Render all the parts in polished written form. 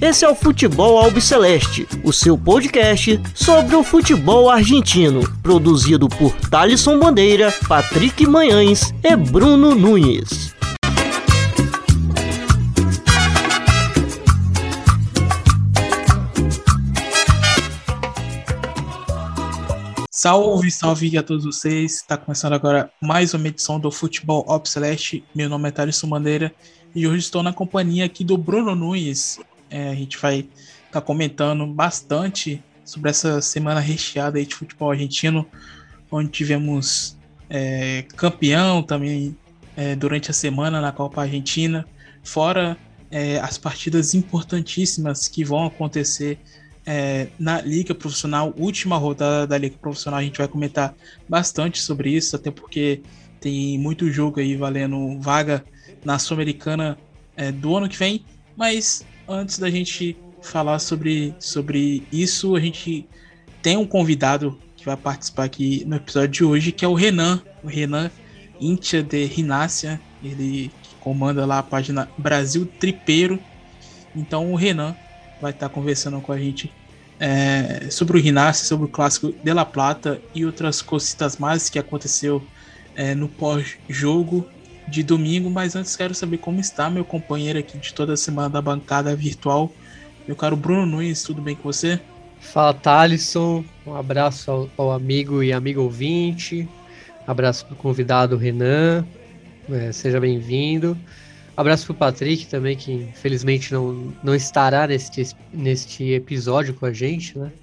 Esse é o Futebol Albiceleste, o seu podcast sobre o futebol argentino, produzido por Thalisson Bandeira, Patrick Manhães e Bruno Nunes. Salve, salve a todos vocês. Está começando agora mais uma edição do Futebol Albiceleste. Meu nome é Thalisson Bandeira e hoje estou na companhia aqui do Bruno Nunes. A gente vai estar comentando bastante sobre essa semana recheada aí de futebol argentino, onde tivemos campeão também durante a semana na Copa Argentina, fora as partidas importantíssimas que vão acontecer na Liga Profissional, última rodada da Liga Profissional. A gente vai comentar bastante sobre isso, até porque tem muito jogo aí valendo vaga na Sul-Americana do ano que vem. Mas antes da gente falar sobre isso, a gente tem um convidado que vai participar aqui no episódio de hoje, que é o Renan Hincha de Rinácia, ele comanda lá a página Brasil Tripeiro. Então o Renan vai estar conversando com a gente sobre o Rinácia, sobre o clássico de La Plata e outras cositas mais que aconteceu no pós-jogo de domingo. Mas antes quero saber como está meu companheiro aqui de toda semana da bancada virtual, meu caro Bruno Nunes. Tudo bem com você? Fala, Thalisson, um abraço ao amigo e amigo ouvinte, abraço para o convidado Renan, seja bem-vindo. Abraço pro Patrick também, que infelizmente não estará neste episódio com a gente, né?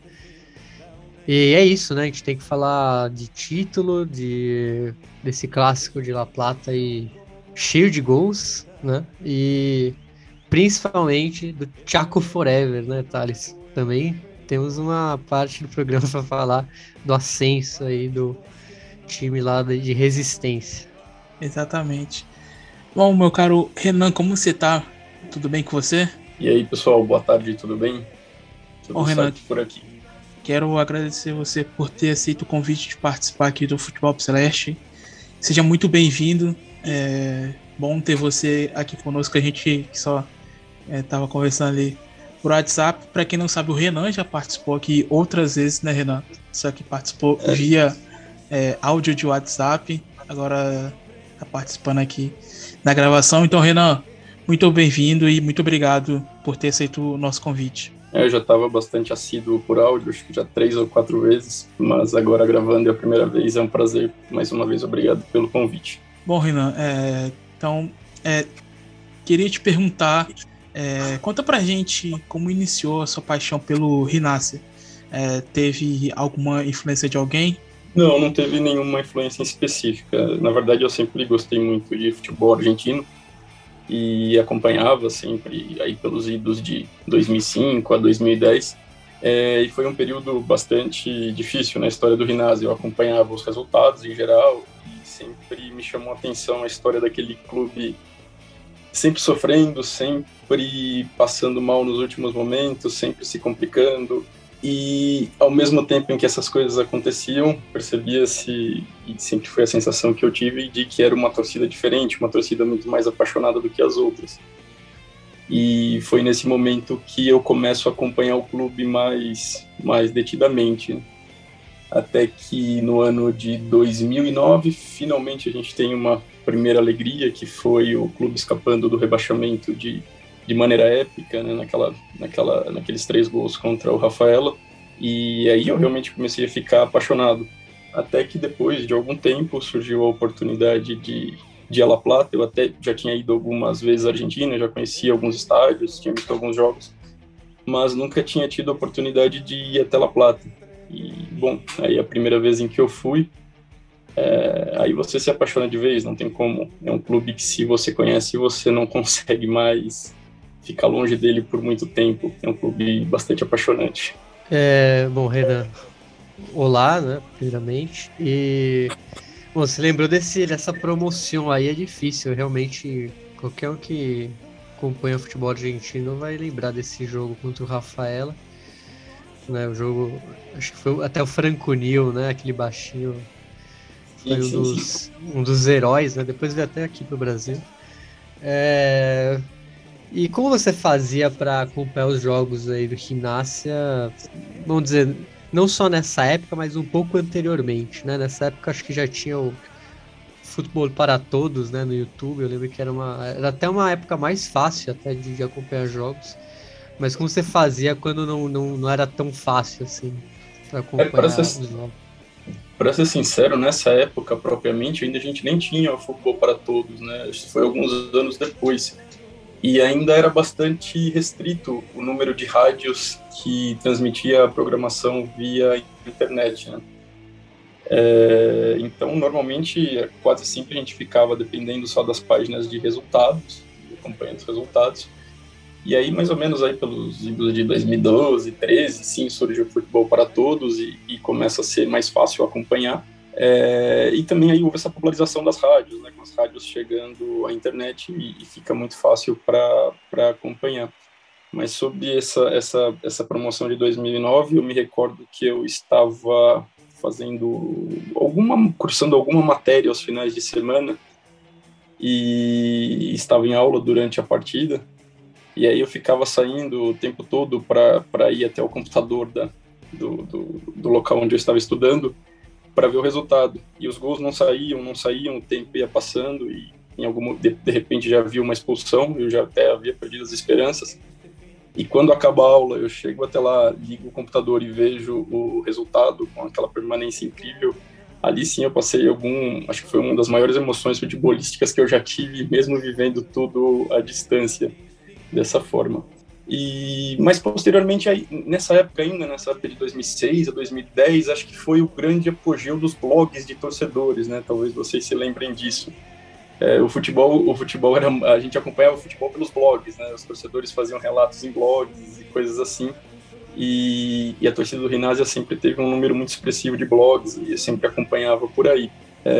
E é isso, né? A gente tem que falar de título, desse clássico de La Plata e cheio de gols, né? E principalmente do Chaco Forever, né, Thales? Também temos uma parte do programa para falar do ascenso aí do time lá de Resistência. Exatamente. Bom, meu caro Renan, como você tá? Tudo bem com você? E aí, pessoal, boa tarde, tudo bem? Bom, Renan, por aqui. Quero agradecer você por ter aceito o convite de participar aqui do Futebol Albiceleste. Seja muito bem-vindo. É bom ter você aqui conosco. A gente só estava conversando ali por WhatsApp. Para quem não sabe, o Renan já participou aqui outras vezes, né, Renan? Só que participou via áudio de WhatsApp. Agora está participando aqui na gravação. Então, Renan, muito bem-vindo e muito obrigado por ter aceito o nosso convite. Eu já estava bastante assíduo por áudio, acho que já 3 ou 4 vezes, mas agora gravando a primeira vez, é um prazer. Mais uma vez, obrigado pelo convite. Bom, Renan, então, queria te perguntar, conta pra gente como iniciou a sua paixão pelo Rinácia. Teve alguma influência de alguém? Não teve nenhuma influência específica. Na verdade, eu sempre gostei muito de futebol argentino e acompanhava sempre aí pelos idos de 2005 a 2010. E foi um período bastante difícil na história do Rinácia. Eu acompanhava os resultados em geral e sempre me chamou a atenção a história daquele clube sempre sofrendo, sempre passando mal nos últimos momentos, sempre se complicando. E ao mesmo tempo em que essas coisas aconteciam, percebia-se, e sempre foi a sensação que eu tive, de que era uma torcida diferente, uma torcida muito mais apaixonada do que as outras. E foi nesse momento que eu começo a acompanhar o clube mais detidamente. Até que no ano de 2009, finalmente a gente tem uma primeira alegria, que foi o clube escapando do rebaixamento de maneira épica, né, naqueles 3 gols contra o Rafaela, e aí eu realmente comecei a ficar apaixonado, até que depois de algum tempo surgiu a oportunidade de ir a La Plata. Eu até já tinha ido algumas vezes à Argentina, já conhecia alguns estádios, tinha visto alguns jogos, mas nunca tinha tido a oportunidade de ir até La Plata. E, bom, aí a primeira vez em que eu fui, aí você se apaixona de vez, não tem como. É um clube que, se você conhece, você não consegue mais ficar longe dele por muito tempo. É um clube bastante apaixonante. Bom, Renan, olá, né, primeiramente. E bom, você lembrou dessa promoção aí, é difícil, realmente. Qualquer um que acompanha o futebol argentino vai lembrar desse jogo contra o Rafaela, né? O jogo, acho que foi até o Franco Nil, né, aquele baixinho, foi um dos heróis, né? Depois veio até aqui pro Brasil. E como você fazia para acompanhar os jogos aí do Ginásia, vamos dizer, não só nessa época, mas um pouco anteriormente, né? Nessa época acho que já tinha o Futebol para Todos, né, no YouTube. Eu lembro que era até uma época mais fácil até de acompanhar jogos. Mas como você fazia quando não era tão fácil assim para acompanhar os jogos? Para ser sincero, nessa época propriamente, ainda a gente nem tinha o Futebol para Todos, né? Isso foi alguns anos depois. E ainda era bastante restrito o número de rádios que transmitia a programação via internet, né? Então, normalmente, quase sempre a gente ficava dependendo só das páginas de resultados, acompanhando os resultados. E aí, mais ou menos aí pelos idos de 2012, 13, sim, surgiu o Futebol para Todos e começa a ser mais fácil acompanhar. E também aí houve essa popularização das rádios, né, com as rádios chegando à internet e fica muito fácil para acompanhar. Mas sobre essa promoção de 2009, eu me recordo que eu estava cursando alguma matéria aos finais de semana e estava em aula durante a partida. E aí eu ficava saindo o tempo todo para ir até o computador do local onde eu estava estudando para ver o resultado. E os gols não saíam, o tempo ia passando e de repente já havia uma expulsão, eu já até havia perdido as esperanças. E quando acaba a aula, eu chego até lá, ligo o computador e vejo o resultado com aquela permanência incrível. Ali sim eu passei acho que foi uma das maiores emoções futebolísticas que eu já tive, mesmo vivendo tudo à distância, dessa forma. Mas posteriormente, nessa época de 2006 a 2010, acho que foi o grande apogeu dos blogs de torcedores, né? Talvez vocês se lembrem disso. O futebol a gente acompanhava o futebol pelos blogs, né? Os torcedores faziam relatos em blogs e coisas assim. E a torcida do Ginásia sempre teve um número muito expressivo de blogs e sempre acompanhava por aí.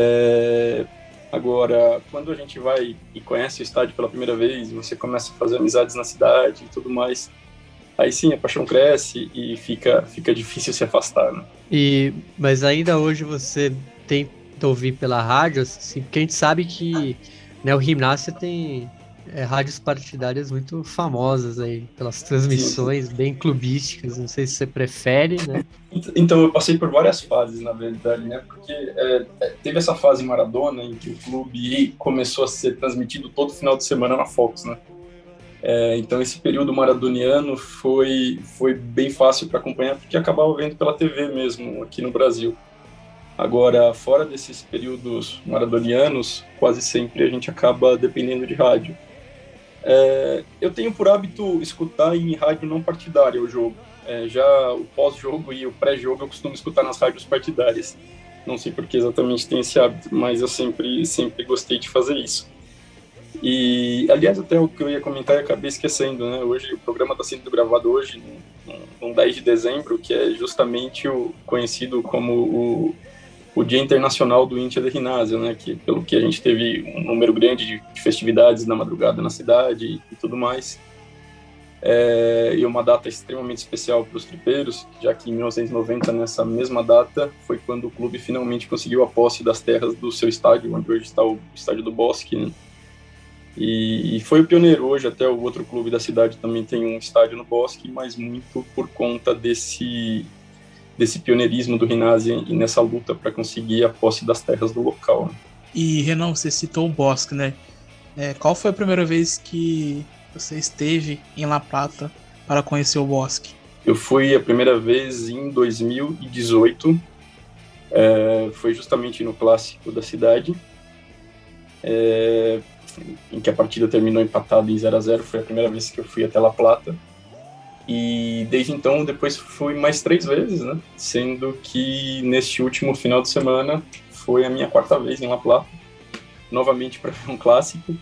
Agora, quando a gente vai e conhece o estádio pela primeira vez, você começa a fazer amizades na cidade e tudo mais, aí sim a paixão cresce e fica difícil se afastar, né? Mas ainda hoje você tenta ouvir pela rádio, assim, porque a gente sabe que, né, o Ginásia tem rádios partidárias muito famosas aí, pelas transmissões bem clubísticas. Não sei se você prefere, né? Então, eu passei por várias fases, na verdade, né? Porque teve essa fase Maradona em que o clube começou a ser transmitido todo final de semana na Fox, né? Então, esse período maradoniano foi bem fácil para acompanhar, porque acabava vendo pela TV mesmo, aqui no Brasil. Agora, fora desses períodos maradonianos, quase sempre a gente acaba dependendo de rádio. Eu tenho por hábito escutar em rádio não partidária o jogo. Já o pós-jogo e o pré-jogo eu costumo escutar nas rádios partidárias. Não sei por que exatamente tem esse hábito, mas eu sempre gostei de fazer isso. E, aliás, até o que eu ia comentar e acabei esquecendo, né? Hoje, o programa está sendo gravado hoje, no 10 de dezembro, que é justamente o conhecido como o Dia Internacional do Íntia de Ginásia, né? Que, pelo que a gente teve um número grande de festividades na madrugada na cidade e tudo mais. E uma data extremamente especial para os tripeiros, já que em 1990, nessa mesma data, foi quando o clube finalmente conseguiu a posse das terras do seu estádio, onde hoje está o Estádio do Bosque, né? E foi o pioneiro. Hoje até o outro clube da cidade também tem um estádio no Bosque, mas muito por conta desse pioneirismo do Ginásia e nessa luta para conseguir a posse das terras do local, né? E, Renan, você citou o Bosque, né? Qual foi a primeira vez que você esteve em La Plata para conhecer o Bosque? Eu fui a primeira vez em 2018, foi justamente no clássico da cidade, em que a partida terminou empatada em 0-0, foi a primeira vez que eu fui até La Plata. E desde então, depois fui mais 3 vezes, né? Sendo que neste último final de semana foi a minha 4ª vez em La Plata, novamente para ver um clássico.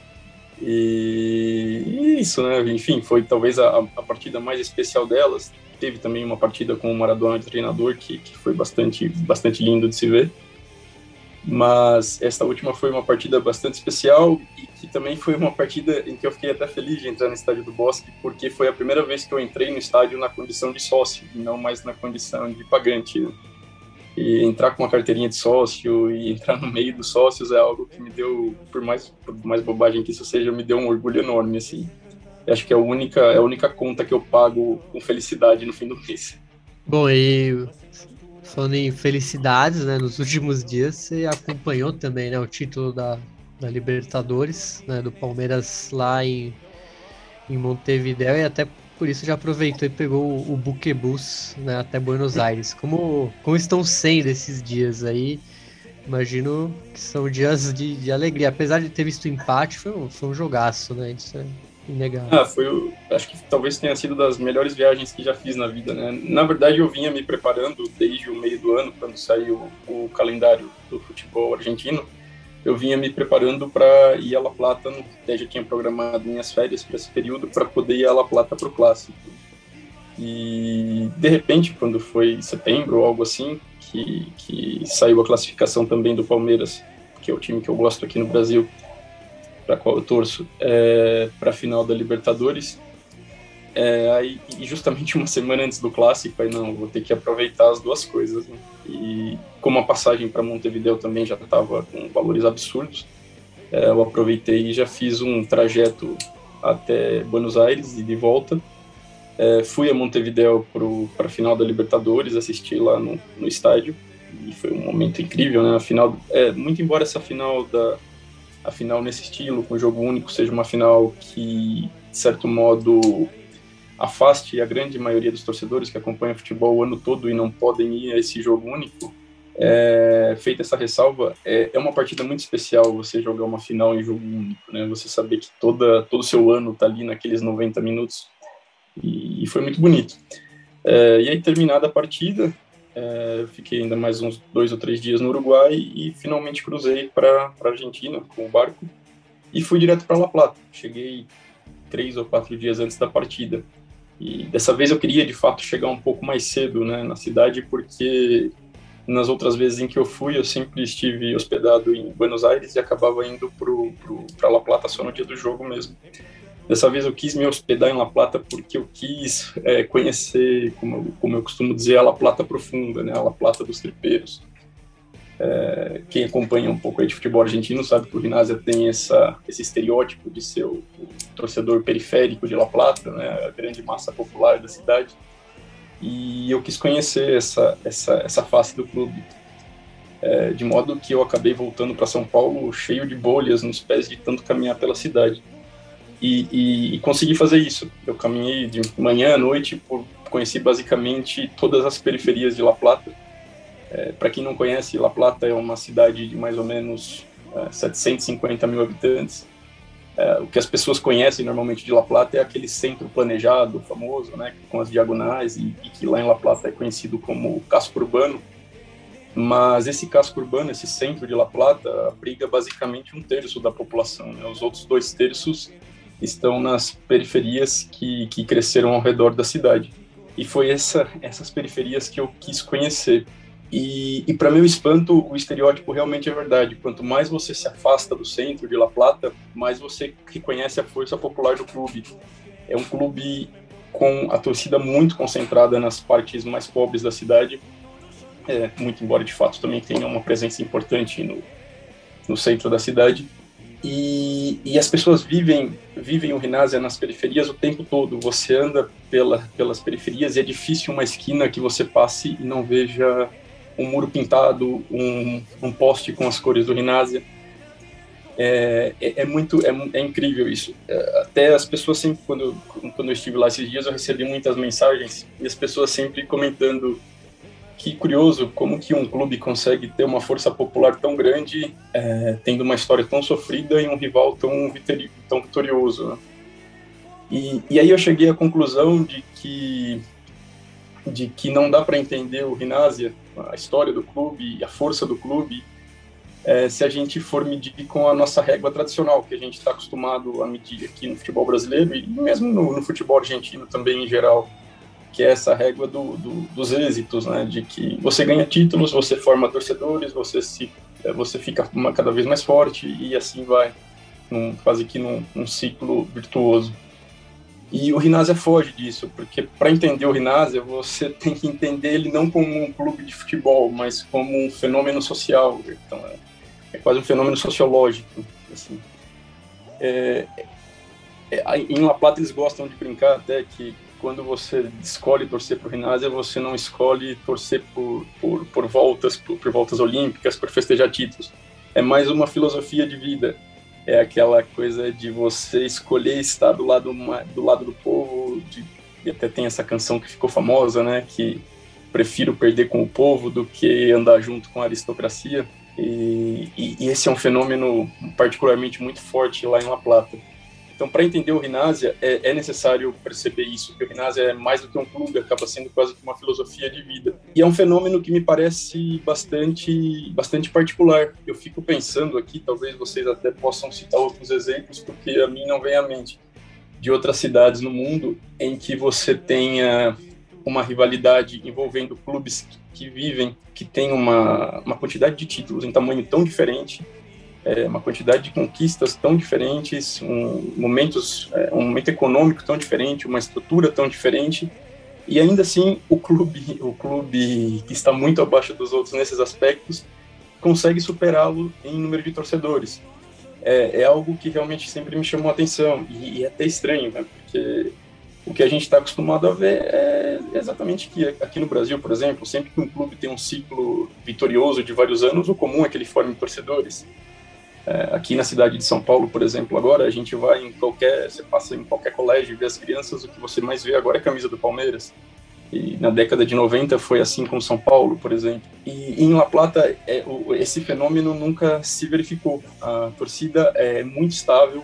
E isso, né? Enfim, foi talvez a partida mais especial delas. Teve também uma partida com o Maradona de treinador que foi bastante lindo de se ver. Mas essa última foi uma partida bastante especial e que também foi uma partida em que eu fiquei até feliz de entrar no Estádio do Bosque, porque foi a primeira vez que eu entrei no estádio na condição de sócio, e não mais na condição de pagante, né? E entrar com uma carteirinha de sócio e entrar no meio dos sócios é algo que me deu, por mais bobagem que isso seja, me deu um orgulho enorme, assim. Eu acho que é a única conta que eu pago com felicidade no fim do mês. Bom, e falando em felicidades, né, nos últimos dias você acompanhou também, né, o título da Libertadores, né, do Palmeiras lá em Montevidéu, e até por isso já aproveitou e pegou o buquebus, né, até Buenos Aires. Como estão sendo esses dias aí? Imagino que são dias de alegria. Apesar de ter visto o empate, foi um jogaço, né? Isso é inegável. Acho que talvez tenha sido das melhores viagens que já fiz na vida, né? Na verdade, eu vinha me preparando desde o meio do ano, quando saiu o calendário do futebol argentino. Eu vinha me preparando para ir a La Plata, até já tinha programado minhas férias para esse período, para poder ir a La Plata para o Clássico. E, de repente, quando foi setembro ou algo assim, que saiu a classificação também do Palmeiras, que é o time que eu gosto aqui no Brasil, para qual eu torço, para a final da Libertadores. Aí, justamente uma semana antes do Clássico, aí não, vou ter que aproveitar as duas coisas, né? E como a passagem para Montevidéu também já estava com valores absurdos, eu aproveitei e já fiz um trajeto até Buenos Aires e de volta. Fui a Montevidéu para a final da Libertadores, assisti lá no estádio, e foi um momento incrível, né? A final, muito embora essa final a final nesse estilo, com jogo único, seja uma final que, de certo modo, afaste a grande maioria dos torcedores que acompanham futebol o ano todo e não podem ir a esse jogo único, feita essa ressalva, é uma partida muito especial você jogar uma final em jogo único, né? Você saber que todo o seu ano está ali naqueles 90 minutos, e foi muito bonito. E aí, terminada a partida, fiquei ainda mais uns 2 ou 3 dias no Uruguai e finalmente cruzei para a Argentina com o barco e fui direto para La Plata. Cheguei 3 ou 4 dias antes da partida. E dessa vez eu queria, de fato, chegar um pouco mais cedo, né, na cidade, porque nas outras vezes em que eu fui, eu sempre estive hospedado em Buenos Aires e acabava indo para La Plata só no dia do jogo mesmo. Dessa vez eu quis me hospedar em La Plata porque eu quis conhecer, como eu costumo dizer, a La Plata profunda, né, a La Plata dos tripeiros. Quem acompanha um pouco aí de futebol argentino sabe que o Rinazia tem esse estereótipo de ser o torcedor periférico de La Plata, né, a grande massa popular da cidade, e eu quis conhecer essa face do clube, de modo que eu acabei voltando para São Paulo cheio de bolhas nos pés de tanto caminhar pela cidade, e consegui fazer isso. Eu caminhei de manhã à noite, conheci basicamente todas as periferias de La Plata. Para quem não conhece, La Plata é uma cidade de mais ou menos 750 mil habitantes. O que as pessoas conhecem normalmente de La Plata é aquele centro planejado, famoso, né, com as diagonais, e que lá em La Plata é conhecido como casco urbano. Mas esse casco urbano, esse centro de La Plata, abriga basicamente 1/3 da população, né? Os outros 2/3 estão nas periferias que cresceram ao redor da cidade. E foi essas periferias que eu quis conhecer. E para meu espanto, o estereótipo realmente é verdade. Quanto mais você se afasta do centro de La Plata, mais você reconhece a força popular do clube. É um clube com a torcida muito concentrada nas partes mais pobres da cidade, muito embora de fato também tenha uma presença importante no centro da cidade. E as pessoas vivem o Rinazia nas periferias o tempo todo. Você anda pelas periferias e é difícil uma esquina que você passe e não veja um muro pintado, um poste com as cores do Rinazia. É incrível isso. Até as pessoas sempre, quando eu estive lá esses dias, eu recebi muitas mensagens e as pessoas sempre comentando que curioso como que um clube consegue ter uma força popular tão grande, tendo uma história tão sofrida e um rival tão vitorioso, né? E aí eu cheguei à conclusão de que não dá para entender o Rinazia, a história do clube, a força do clube, se a gente for medir com a nossa régua tradicional, que a gente está acostumado a medir aqui no futebol brasileiro e mesmo no futebol argentino também em geral, que é essa régua dos êxitos, né? De que você ganha títulos, você forma torcedores, você fica cada vez mais forte e assim vai, quase que num ciclo virtuoso. E o Rinazia foge disso, porque para entender o Rinazia, você tem que entender ele não como um clube de futebol, mas como um fenômeno social. Então, é quase um fenômeno sociológico, assim. Em La Plata eles gostam de brincar até que quando você escolhe torcer para o Rinásia, você não escolhe torcer por voltas olímpicas, por festejar títulos. É mais uma filosofia de vida. É aquela coisa de você escolher estar do lado do povo. E até tem essa canção que ficou famosa, né? Que prefiro perder com o povo do que andar junto com a aristocracia. E esse é um fenômeno particularmente muito forte lá em La Plata. Então, para entender o Rinásia, é necessário perceber isso, que o Rinásia é mais do que um clube, acaba sendo quase que uma filosofia de vida. E é um fenômeno que me parece bastante particular. Eu fico pensando aqui, talvez vocês até possam citar outros exemplos, porque a mim não vem à mente, de outras cidades no mundo em que você tenha uma rivalidade envolvendo clubes que têm uma quantidade de títulos em tamanho tão diferente, uma quantidade de conquistas tão diferentes, um momento econômico tão diferente, uma estrutura tão diferente, e ainda assim o clube que está muito abaixo dos outros nesses aspectos consegue superá-lo em número de torcedores. É algo que realmente sempre me chamou a atenção, e é até estranho, né? Porque o que a gente está acostumado a ver é exatamente que aqui no Brasil, por exemplo, sempre que um clube tem um ciclo vitorioso de vários anos, o comum é que ele forme torcedores. Aqui na cidade de São Paulo, por exemplo, agora a gente vai você passa em qualquer colégio e vê as crianças, o que você mais vê agora é a camisa do Palmeiras. E na década de 90 foi assim com São Paulo, por exemplo. E em La Plata, esse fenômeno nunca se verificou. A torcida é muito estável.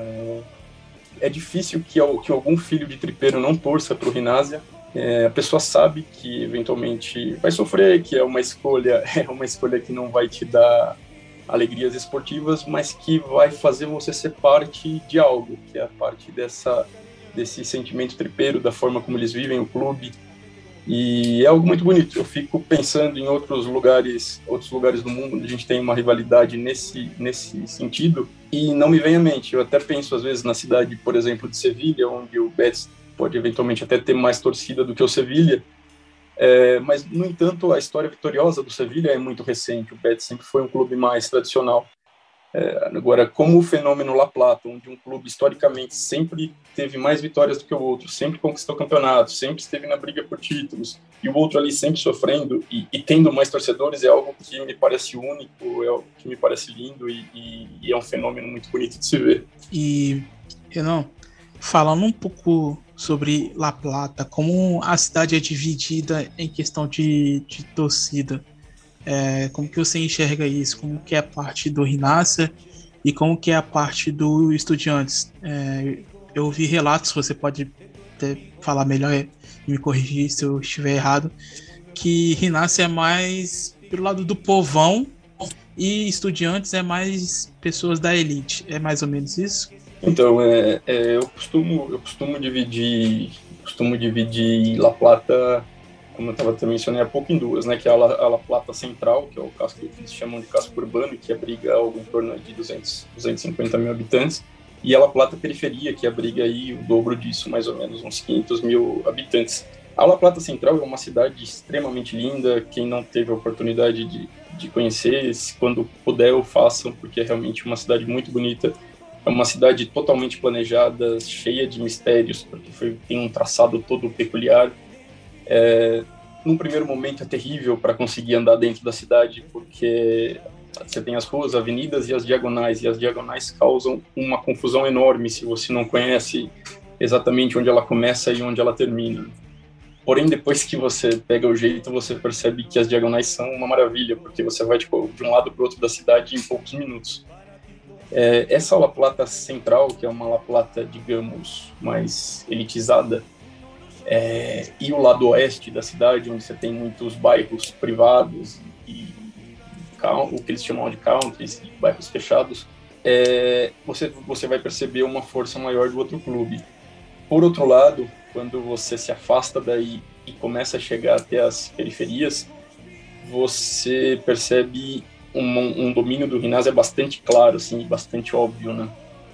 É difícil que algum filho de tripeiro não torça para o Rinásia. A pessoa sabe que eventualmente vai sofrer, que é uma escolha que não vai te dar alegrias esportivas, mas que vai fazer você ser parte de algo, que é a parte desse sentimento tripeiro, da forma como eles vivem o clube. E é algo muito bonito. Eu fico pensando em outros lugares do mundo onde a gente tem uma rivalidade nesse sentido, e não me vem à mente. Eu até penso, às vezes, na cidade, por exemplo, de Sevilha, onde o Betis pode eventualmente até ter mais torcida do que o Sevilha, mas, no entanto, a história vitoriosa do Sevilha é muito recente. O Betis sempre foi um clube mais tradicional. Agora, como o fenômeno La Plata, onde um clube historicamente sempre teve mais vitórias do que o outro, sempre conquistou campeonatos, sempre esteve na briga por títulos, e o outro ali sempre sofrendo e tendo mais torcedores, é algo que me parece único, é algo que me parece lindo e é um fenômeno muito bonito de se ver. E, Renan, falando um pouco sobre La Plata, como a cidade é dividida em questão de torcida, como que você enxerga isso? Como que é a parte do Rinásia e como que é a parte do Estudiantes? Eu ouvi relatos, você pode até falar melhor e me corrigir se eu estiver errado, que Rinásia é mais pelo lado do povão e Estudiantes é mais pessoas da elite. É mais ou menos isso? Então, eu costumo dividir La Plata, como eu estava mencionando há pouco, em duas, né? Que é a La Plata Central, que é o casco que eles chamam de casco urbano, que abriga algo em torno de 250 mil habitantes, e a La Plata Periferia, que abriga aí o dobro disso, mais ou menos uns 500 mil habitantes. A La Plata Central é uma cidade extremamente linda. Quem não teve a oportunidade de conhecer, quando puder, o façam, porque é realmente uma cidade muito bonita. É uma cidade totalmente planejada, cheia de mistérios, porque tem um traçado todo peculiar. Num primeiro momento é terrível para conseguir andar dentro da cidade, porque você tem as ruas, avenidas e as diagonais causam uma confusão enorme se você não conhece exatamente onde ela começa e onde ela termina. Porém, depois que você pega o jeito, você percebe que as diagonais são uma maravilha, porque você vai de um lado para o outro da cidade em poucos minutos. Essa La Plata Central, que é uma La Plata, digamos, mais elitizada, e o lado oeste da cidade, onde você tem muitos bairros privados e o que eles chamam de countries, bairros fechados, você vai perceber uma força maior do outro clube. Por outro lado, quando você se afasta daí e começa a chegar até as periferias, você percebe um domínio do Rinásia bastante claro, assim, bastante óbvio, né?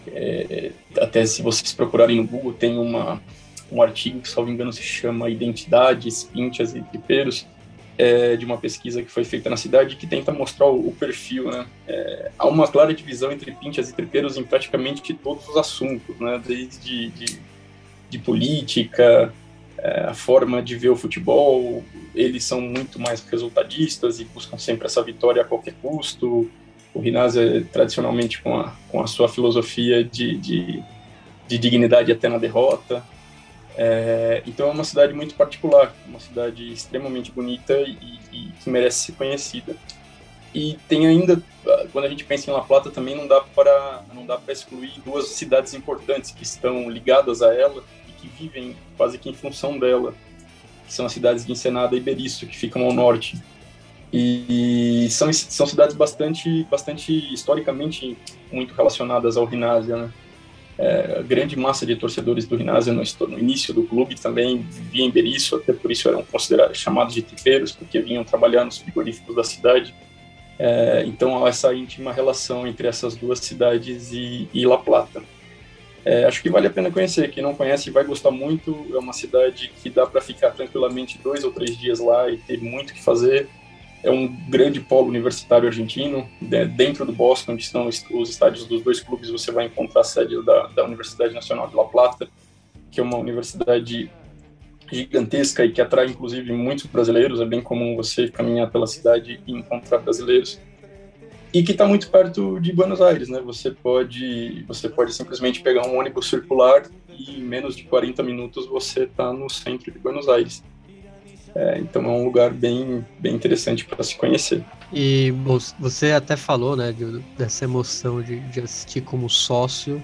Até se vocês procurarem no Google, tem um artigo que, salvo engano, se chama Identidades, Pinchas e Tripeiros, de uma pesquisa que foi feita na cidade que tenta mostrar o perfil, né? Há uma clara divisão entre pinchas e tripeiros em praticamente todos os assuntos, né? Desde de política, a forma de ver o futebol. Eles são muito mais resultadistas e buscam sempre essa vitória a qualquer custo. O Rinazia, tradicionalmente, com a sua filosofia de dignidade até na derrota. Então é uma cidade muito particular, uma cidade extremamente bonita e que merece ser conhecida. E tem ainda, quando a gente pensa em La Plata, também não dá para excluir duas cidades importantes que estão ligadas a ela e que vivem quase que em função dela, que são as cidades de Ensenada e Berisso, que ficam ao norte. E são cidades bastante historicamente muito relacionadas ao Rinazia, né? A grande massa de torcedores do Rinazia no início do clube também vivia em Berisso, até por isso eram considerados, chamados de tripeiros, porque vinham trabalhar nos frigoríficos da cidade. Então há essa íntima relação entre essas duas cidades e La Plata. Acho que vale a pena conhecer. Quem não conhece vai gostar muito. É uma cidade que dá para ficar tranquilamente 2 ou 3 dias lá e ter muito o que fazer. É um grande polo universitário argentino. Dentro do bosque, onde estão os estádios dos dois clubes, você vai encontrar a sede da Universidade Nacional de La Plata, que é uma universidade gigantesca e que atrai, inclusive, muitos brasileiros. É bem comum você caminhar pela cidade e encontrar brasileiros. E que está muito perto de Buenos Aires, né? Você pode simplesmente pegar um ônibus circular e em menos de 40 minutos você está no centro de Buenos Aires. Então é um lugar bem interessante para se conhecer. E você até falou, né, dessa emoção de assistir como sócio.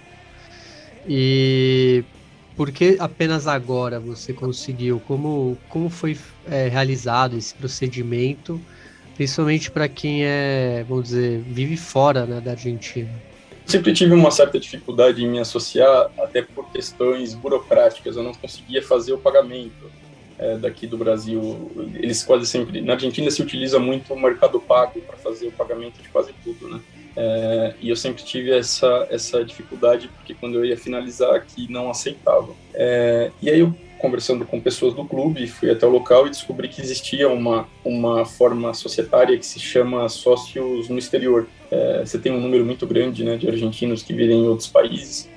E por que apenas agora você conseguiu? Como foi realizado esse procedimento, principalmente para quem vamos dizer, vive fora, né, da Argentina? Sempre tive uma certa dificuldade em me associar, até por questões burocráticas. Eu não conseguia fazer o pagamento daqui do Brasil. Eles quase sempre... Na Argentina se utiliza muito o Mercado Pago para fazer o pagamento de quase tudo, né? E eu sempre tive essa dificuldade, porque quando eu ia finalizar aqui, não aceitava. E aí eu, conversando com pessoas do clube, fui até o local e descobri que existia uma forma societária que se chama sócios no exterior. Você tem um número muito grande, né, de argentinos que vivem em outros países,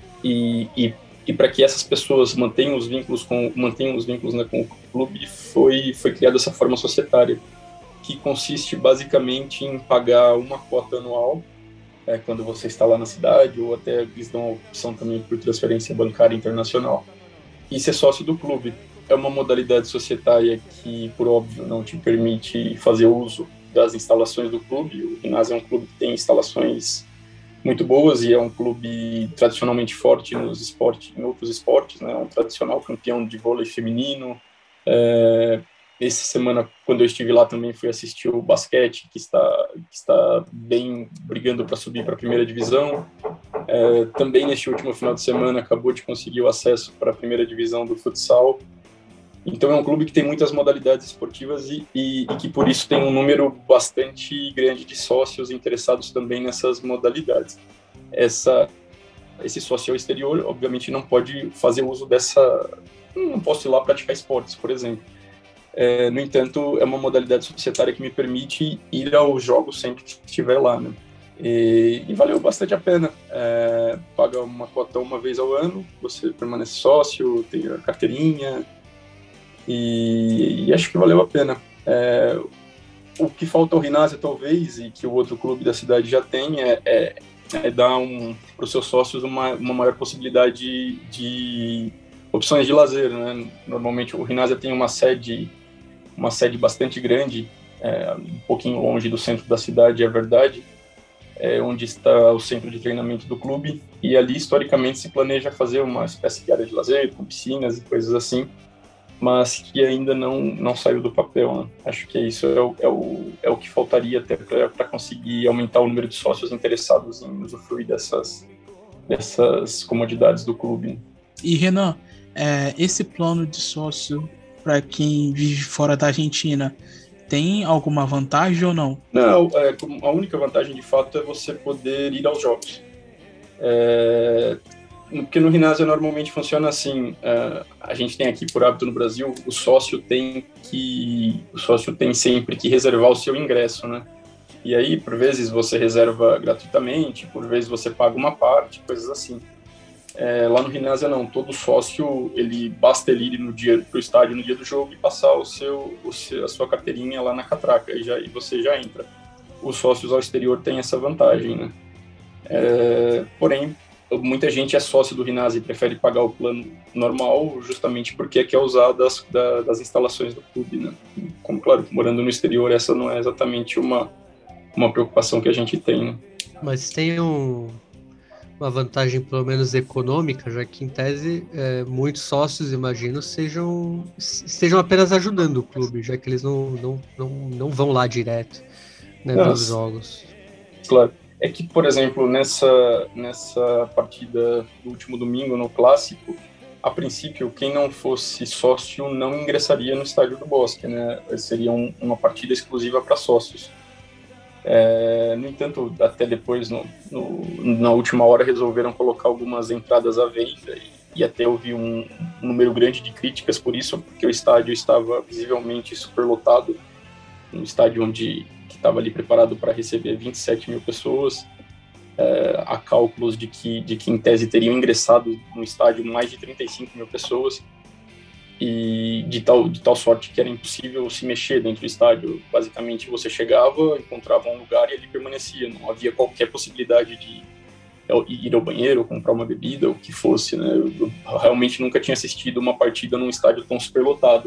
e para que essas pessoas mantenham os vínculos, né, com o clube, foi criada essa forma societária, que consiste basicamente em pagar uma cota anual quando você está lá na cidade, ou até eles dão a opção também por transferência bancária internacional, e ser sócio do clube. É uma modalidade societária que, por óbvio, não te permite fazer uso das instalações do clube. O Rinazia é um clube que tem instalações muito boas e é um clube tradicionalmente forte em outros esportes, né? É um tradicional campeão de vôlei feminino. Essa semana, quando eu estive lá, também fui assistir o basquete, que está bem brigando para subir para a primeira divisão. Também neste último final de semana acabou de conseguir o acesso para a primeira divisão do futsal. Então é um clube que tem muitas modalidades esportivas e que por isso tem um número bastante grande de sócios interessados também nessas modalidades. Esse sócio ao exterior, obviamente, não pode fazer uso não posso ir lá praticar esportes, por exemplo. No entanto, é uma modalidade societária que me permite ir aos jogos sempre que estiver lá, né? E valeu bastante a pena. Paga uma cota uma vez ao ano, você permanece sócio, tem a carteirinha, e acho que valeu a pena. O que falta ao Rinazia, talvez, e que o outro clube da cidade já tem, é dar para os seus sócios uma maior possibilidade de opções de lazer, né? Normalmente o Rinazia tem uma sede bastante grande, um pouquinho longe do centro da cidade, é verdade, onde está o centro de treinamento do clube, e ali historicamente se planeja fazer uma espécie de área de lazer, com piscinas e coisas assim, mas que ainda não saiu do papel, né? Acho que isso é o que faltaria até para conseguir aumentar o número de sócios interessados em usufruir dessas comodidades do clube. E Renan, esse plano de sócio para quem vive fora da Argentina tem alguma vantagem ou não? Não, a única vantagem de fato é você poder ir aos jogos. Porque no ginásio normalmente funciona assim, a gente tem aqui por hábito no Brasil, o sócio tem sempre que reservar o seu ingresso, né? E aí, por vezes, você reserva gratuitamente, por vezes você paga uma parte, coisas assim. Lá no ginásio não, todo sócio, basta ele ir pro estádio no dia do jogo e passar a sua carteirinha lá na catraca, e você já entra. Os sócios ao exterior têm essa vantagem, né? Porém, muita gente é sócio do ginásio e prefere pagar o plano normal, justamente porque quer usar das instalações do clube, né? Como, claro, morando no exterior, essa não é exatamente uma preocupação que a gente tem, né? Mas tem uma vantagem, pelo menos econômica, já que, em tese, muitos sócios, imagino, estejam apenas ajudando o clube, já que eles não vão lá direto, né, nos jogos. Claro. É que, por exemplo, nessa partida do último domingo, no Clássico, a princípio, quem não fosse sócio não ingressaria no Estádio do Bosque, né? Seria uma partida exclusiva para sócios. No entanto, até depois, na última hora, resolveram colocar algumas entradas à venda e até houve um número grande de críticas por isso, porque o estádio estava visivelmente superlotado, um estádio que estava ali preparado para receber 27 mil pessoas. Há cálculos de que em tese teriam ingressado no estádio mais de 35 mil pessoas, e de tal sorte que era impossível se mexer dentro do estádio. Basicamente, você chegava, encontrava um lugar e ele permanecia. Não havia qualquer possibilidade de ir ao banheiro, comprar uma bebida, o que fosse, né? Eu realmente nunca tinha assistido uma partida num estádio tão superlotado.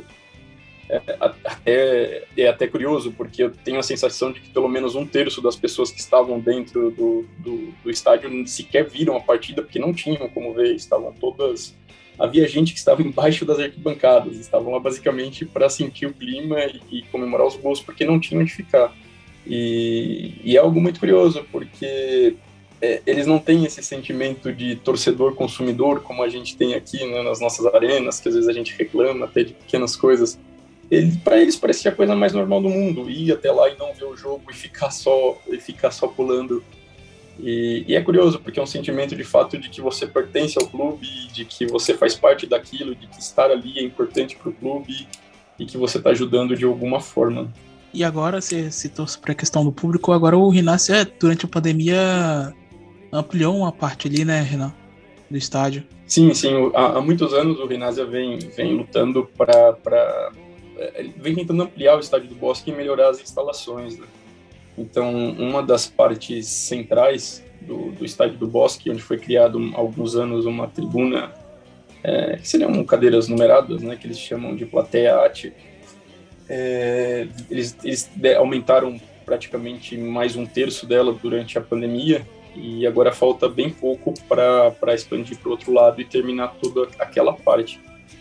É até curioso, porque eu tenho a sensação de que pelo menos 1/3 das pessoas que estavam dentro do estádio sequer viram a partida, porque não tinham como ver, estavam todas... Havia gente que estava embaixo das arquibancadas, estavam lá basicamente para sentir o clima e comemorar os gols, porque não tinham onde ficar. E é algo muito curioso, porque eles não têm esse sentimento de torcedor-consumidor, como a gente tem aqui, né, nas nossas arenas, que às vezes a gente reclama até de pequenas coisas. Para eles parecia a coisa mais normal do mundo, ir até lá e não ver o jogo e ficar só pulando. E é curioso, porque é um sentimento de fato de que você pertence ao clube, de que você faz parte daquilo, de que estar ali é importante para o clube e que você está ajudando de alguma forma. E agora, você citou sobre a questão do público, agora o ginásio, durante a pandemia, ampliou uma parte ali, né, Renan, do estádio. Sim, há muitos anos o ginásio vem lutando vem tentando ampliar o Estádio do Bosque e melhorar as instalações, né? Então, uma das partes centrais do Estádio do Bosque, onde foi criado há alguns anos uma tribuna, que seriam cadeiras numeradas, né, que eles chamam de plateia AT, eles aumentaram praticamente mais 1/3 dela durante a pandemia, e agora falta bem pouco para expandir para o outro lado e terminar toda aquela parte.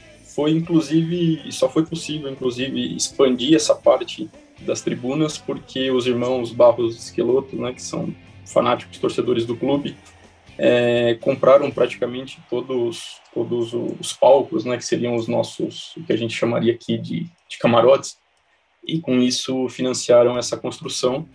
Só foi possível, inclusive, expandir essa parte das tribunas, porque os irmãos Barros Esqueloto, né, que são fanáticos torcedores do clube, compraram praticamente todos os palcos, né, que seriam os nossos, o que a gente chamaria aqui de camarotes, e com isso financiaram essa construção.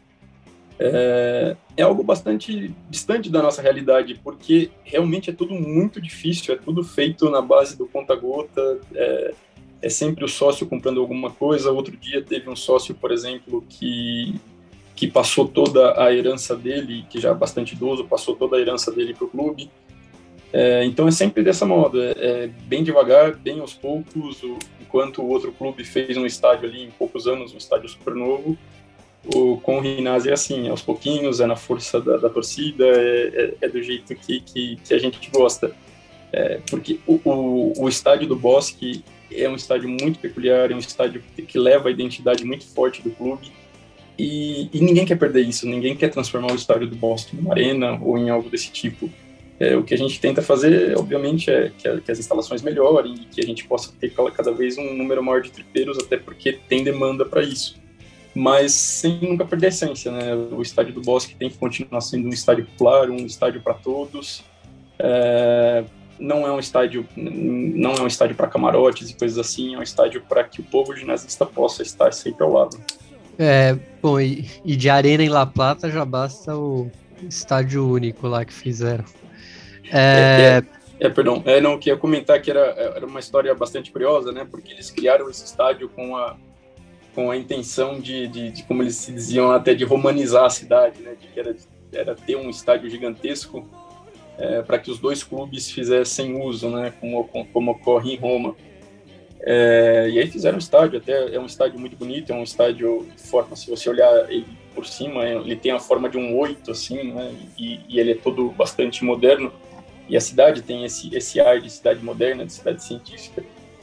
É algo bastante distante da nossa realidade, porque realmente é tudo muito difícil, é tudo feito na base do conta-gota, é sempre o sócio comprando alguma coisa. Outro dia teve um sócio, por exemplo, que passou toda a herança dele, que já é bastante idoso, passou toda a herança dele para o clube. Então é sempre dessa moda, bem devagar, bem aos poucos. Enquanto o outro clube fez um estádio ali em poucos anos, um estádio super novo, com o ginásio é assim, aos pouquinhos, na força da torcida, do jeito que a gente gosta. Porque o Estádio do Bosque é um estádio muito peculiar, é um estádio que leva a identidade muito forte do clube, e ninguém quer perder isso, ninguém quer transformar o Estádio do Bosque numa arena ou em algo desse tipo. O que a gente tenta fazer, obviamente, é que as instalações melhorem e que a gente possa ter cada vez um número maior de tripeiros, até porque tem demanda para isso. Mas sem nunca perder a essência, né? O Estádio do Bosque tem que continuar sendo um estádio popular, um estádio para todos. Não é um estádio para camarotes e coisas assim, é um estádio para que o povo ginasista possa estar sempre ao lado. Bom, e de arena em La Plata já basta o estádio único lá que fizeram. Não, eu queria comentar que era uma história bastante curiosa, né? Porque eles criaram esse estádio com a intenção de, como eles se diziam, até de romanizar a cidade, né? De que era ter um estádio gigantesco para que os dois clubes fizessem uso, né? Como ocorre em Roma. E aí fizeram um estádio, até é um estádio muito bonito, é um estádio de forma, se você olhar ele por cima, ele tem a forma de um 8, assim, né? E ele é todo bastante moderno. E a cidade tem esse ar de cidade moderna, de cidade científica.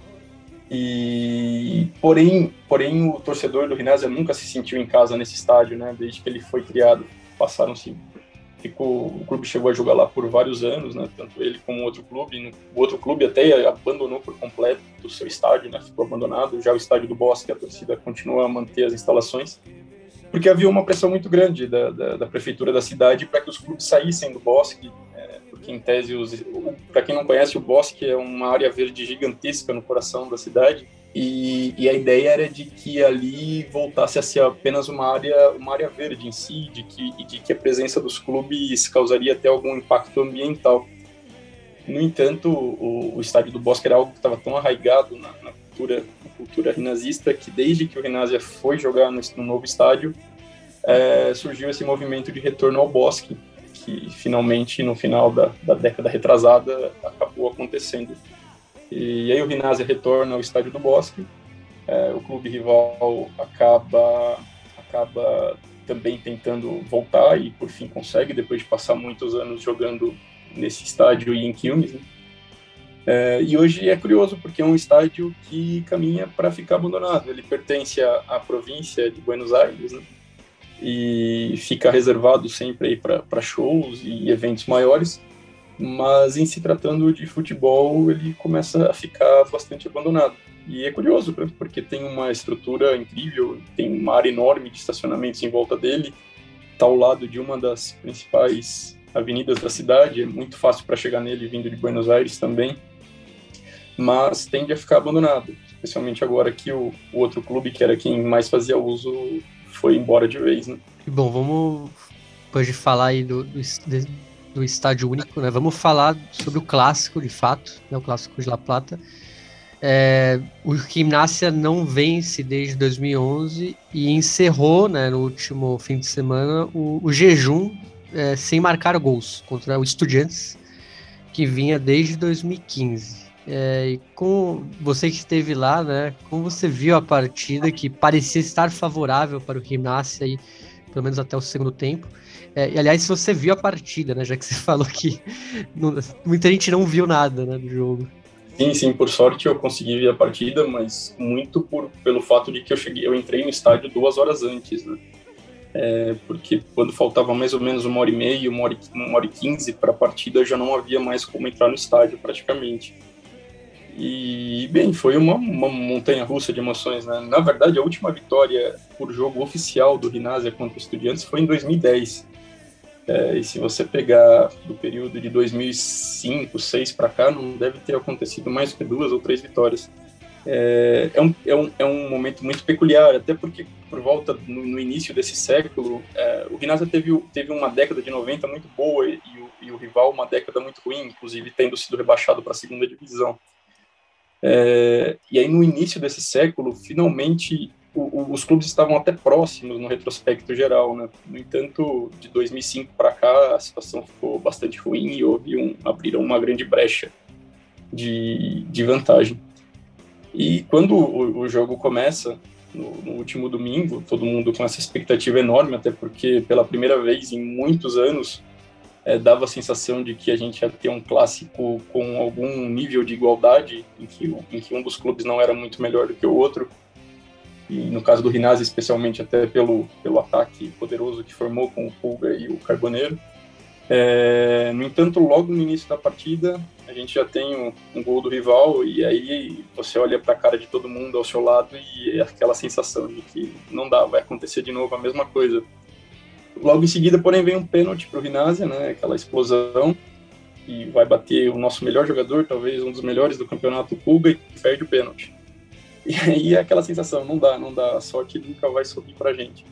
Porém, o torcedor do Rinazia nunca se sentiu em casa nesse estádio, né? Desde que ele foi criado. O clube chegou a jogar lá por vários anos, né? Tanto ele como o outro clube. O outro clube até abandonou por completo o seu estádio, né? Ficou abandonado. Já o estádio do Bosque, a torcida continua a manter as instalações, porque havia uma pressão muito grande da prefeitura da cidade para que os clubes saíssem do Bosque, porque em tese, para quem não conhece, o Bosque é uma área verde gigantesca no coração da cidade, e a ideia era de que ali voltasse a ser apenas uma área verde em si, de que a presença dos clubes causaria até algum impacto ambiental. No entanto, o estádio do Bosque era algo que estava tão arraigado na cultura rinazista, que desde que o Rinazia foi jogar no novo estádio, surgiu esse movimento de retorno ao Bosque, que finalmente, no final da década retrasada, acabou acontecendo. E aí o Rinazia retorna ao estádio do Bosque, o clube rival acaba também tentando voltar e, por fim, consegue, depois de passar muitos anos jogando nesse estádio e em Quilmes, né? E hoje é curioso, porque é um estádio que caminha para ficar abandonado. Ele pertence à província de Buenos Aires, né? E fica reservado sempre para shows e eventos maiores, mas em se tratando de futebol, ele começa a ficar bastante abandonado. E é curioso, porque tem uma estrutura incrível, tem uma área enorme de estacionamentos em volta dele, está ao lado de uma das principais avenidas da cidade, é muito fácil para chegar nele vindo de Buenos Aires também, mas tende a ficar abandonado, especialmente agora que o outro clube, que era quem mais fazia uso, foi embora de vez, né? Bom, vamos, depois de falar aí do estádio único, né, vamos falar sobre o clássico, de fato, né, o clássico de La Plata. O Gimnasia não vence desde 2011 e encerrou, né, no último fim de semana o jejum sem marcar gols contra o Estudiantes, que vinha desde 2015. E com você que esteve lá, né, como você viu a partida, que parecia estar favorável para o Gimnasia, aí, pelo menos até o segundo tempo. E aliás, se você viu a partida, né, já que você falou que muita gente não viu nada, né, do jogo. Sim, por sorte eu consegui ver a partida, mas muito pelo fato de que eu entrei no estádio 2 horas antes, né? Porque quando faltava mais ou menos 1h30, 1h15 para a partida, já não havia mais como entrar no estádio praticamente. E, bem, foi uma montanha-russa de emoções, né? Na verdade, a última vitória por jogo oficial do Rinazia contra os Estudiantes foi em 2010. E se você pegar do período de 2005, 2006 para cá, não deve ter acontecido mais que 2 ou 3 vitórias. É um momento muito peculiar, até porque por volta no início desse século, o Rinazia teve uma década de 90 muito boa e o rival uma década muito ruim, inclusive tendo sido rebaixado para a segunda divisão. E aí no início desse século, finalmente os clubes estavam até próximos no retrospecto geral, né? No entanto, de 2005 para cá, a situação ficou bastante ruim e abriram uma grande brecha de vantagem. E quando o jogo começa, no último domingo, todo mundo com essa expectativa enorme, até porque pela primeira vez em muitos anos dava a sensação de que a gente ia ter um clássico com algum nível de igualdade, em que um dos clubes não era muito melhor do que o outro, e no caso do Rinazia, especialmente até pelo ataque poderoso que formou com o Pulga e o Carboneiro. No entanto, logo no início da partida, a gente já tem um gol do rival, e aí você olha para a cara de todo mundo ao seu lado e é aquela sensação de que não dá, vai acontecer de novo a mesma coisa. Logo em seguida, porém, vem um pênalti para o Rinazia, né, aquela explosão, e vai bater o nosso melhor jogador, talvez um dos melhores do campeonato, o Pulga, e perde o pênalti. E aí é aquela sensação, não dá, a sorte nunca vai sorrir para a gente.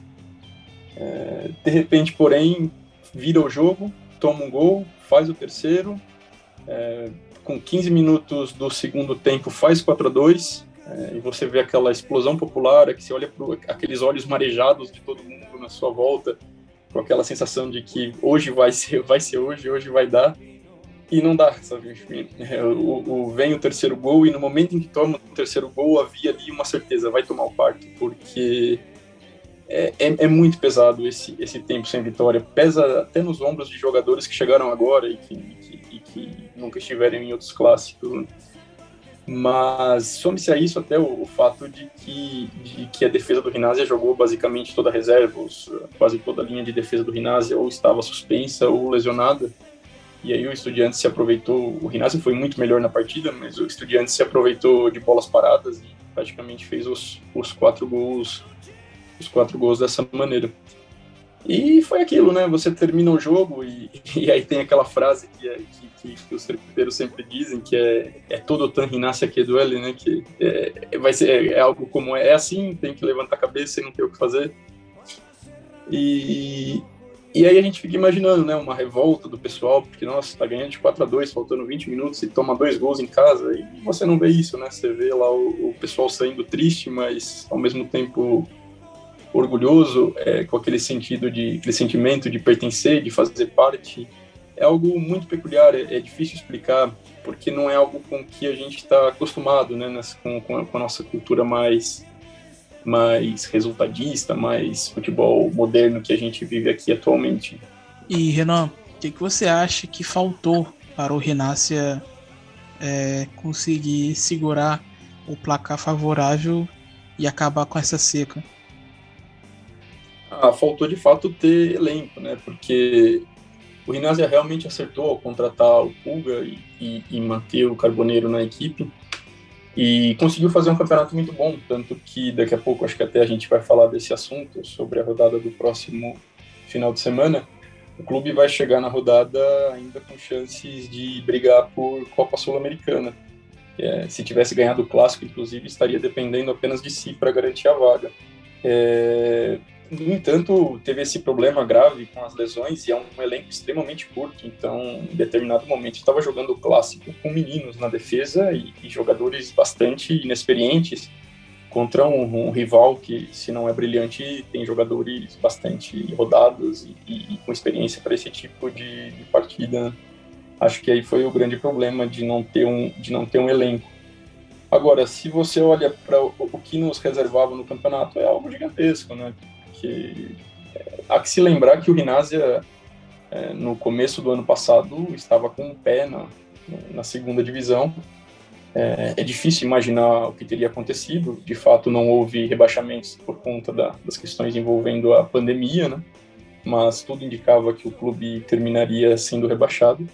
De repente, porém, vira o jogo, toma um gol, faz o terceiro, Com 15 minutos do segundo tempo faz 4-2, e você vê aquela explosão popular, que você olha para aqueles olhos marejados de todo mundo na sua volta, com aquela sensação de que hoje vai ser hoje vai dar, e não dá, sabe? Vem o terceiro gol, e no momento em que toma o terceiro gol, havia ali uma certeza, vai tomar o quarto, porque é muito pesado esse tempo sem vitória, pesa até nos ombros de jogadores que chegaram agora e que nunca estiveram em outros clássicos, né? Mas some-se a isso até o fato de que a defesa do Ginásio jogou basicamente toda a reserva, quase toda a linha de defesa do Ginásio ou estava suspensa ou lesionada, e aí o Estudiantes se aproveitou. O Ginásio foi muito melhor na partida, mas o Estudiantes se aproveitou de bolas paradas e praticamente fez os 4 gols dessa maneira. E foi aquilo, né? Você termina o jogo e aí tem aquela frase que os tripeiros sempre dizem, que é todo tan rinasce que duele, né? Que vai ser algo como é assim, tem que levantar a cabeça e não ter o que fazer. E aí a gente fica imaginando, né? Uma revolta do pessoal, porque, nossa, tá ganhando de 4-2, faltando 20 minutos e toma 2 gols em casa, e você não vê isso, né? Você vê lá o pessoal saindo triste, mas ao mesmo tempo orgulhoso, com aquele sentimento de pertencer, de fazer parte. É algo muito peculiar, é difícil explicar, porque não é algo com que a gente está acostumado, né, com a nossa cultura mais resultadista, mais futebol moderno que a gente vive aqui atualmente. E, Renan, o que você acha que faltou para o Rinácia conseguir segurar o placar favorável e acabar com essa seca? Faltou de fato ter elenco, né? Porque o Ginásio realmente acertou ao contratar o Pulga e manter o Carboneiro na equipe, e conseguiu fazer um campeonato muito bom, tanto que daqui a pouco acho que até a gente vai falar desse assunto, sobre a rodada do próximo final de semana. O clube vai chegar na rodada ainda com chances de brigar por Copa Sul-Americana. Se tivesse ganhado o Clássico, inclusive, estaria dependendo apenas de si para garantir a vaga. No entanto, teve esse problema grave com as lesões, e é um elenco extremamente curto, então em determinado momento estava jogando o Clássico com meninos na defesa e jogadores bastante inexperientes contra um rival que, se não é brilhante, tem jogadores bastante rodados e com experiência para esse tipo de partida. Acho que aí foi o grande problema de não ter um elenco. Agora, se você olha para o que nos reservava no campeonato, é algo gigantesco, né? Há que se lembrar que o Ginásio, no começo do ano passado, estava com um pé na segunda divisão. É difícil imaginar o que teria acontecido. De fato, não houve rebaixamentos por conta das questões envolvendo a pandemia, né? Mas tudo indicava que o clube terminaria sendo rebaixado.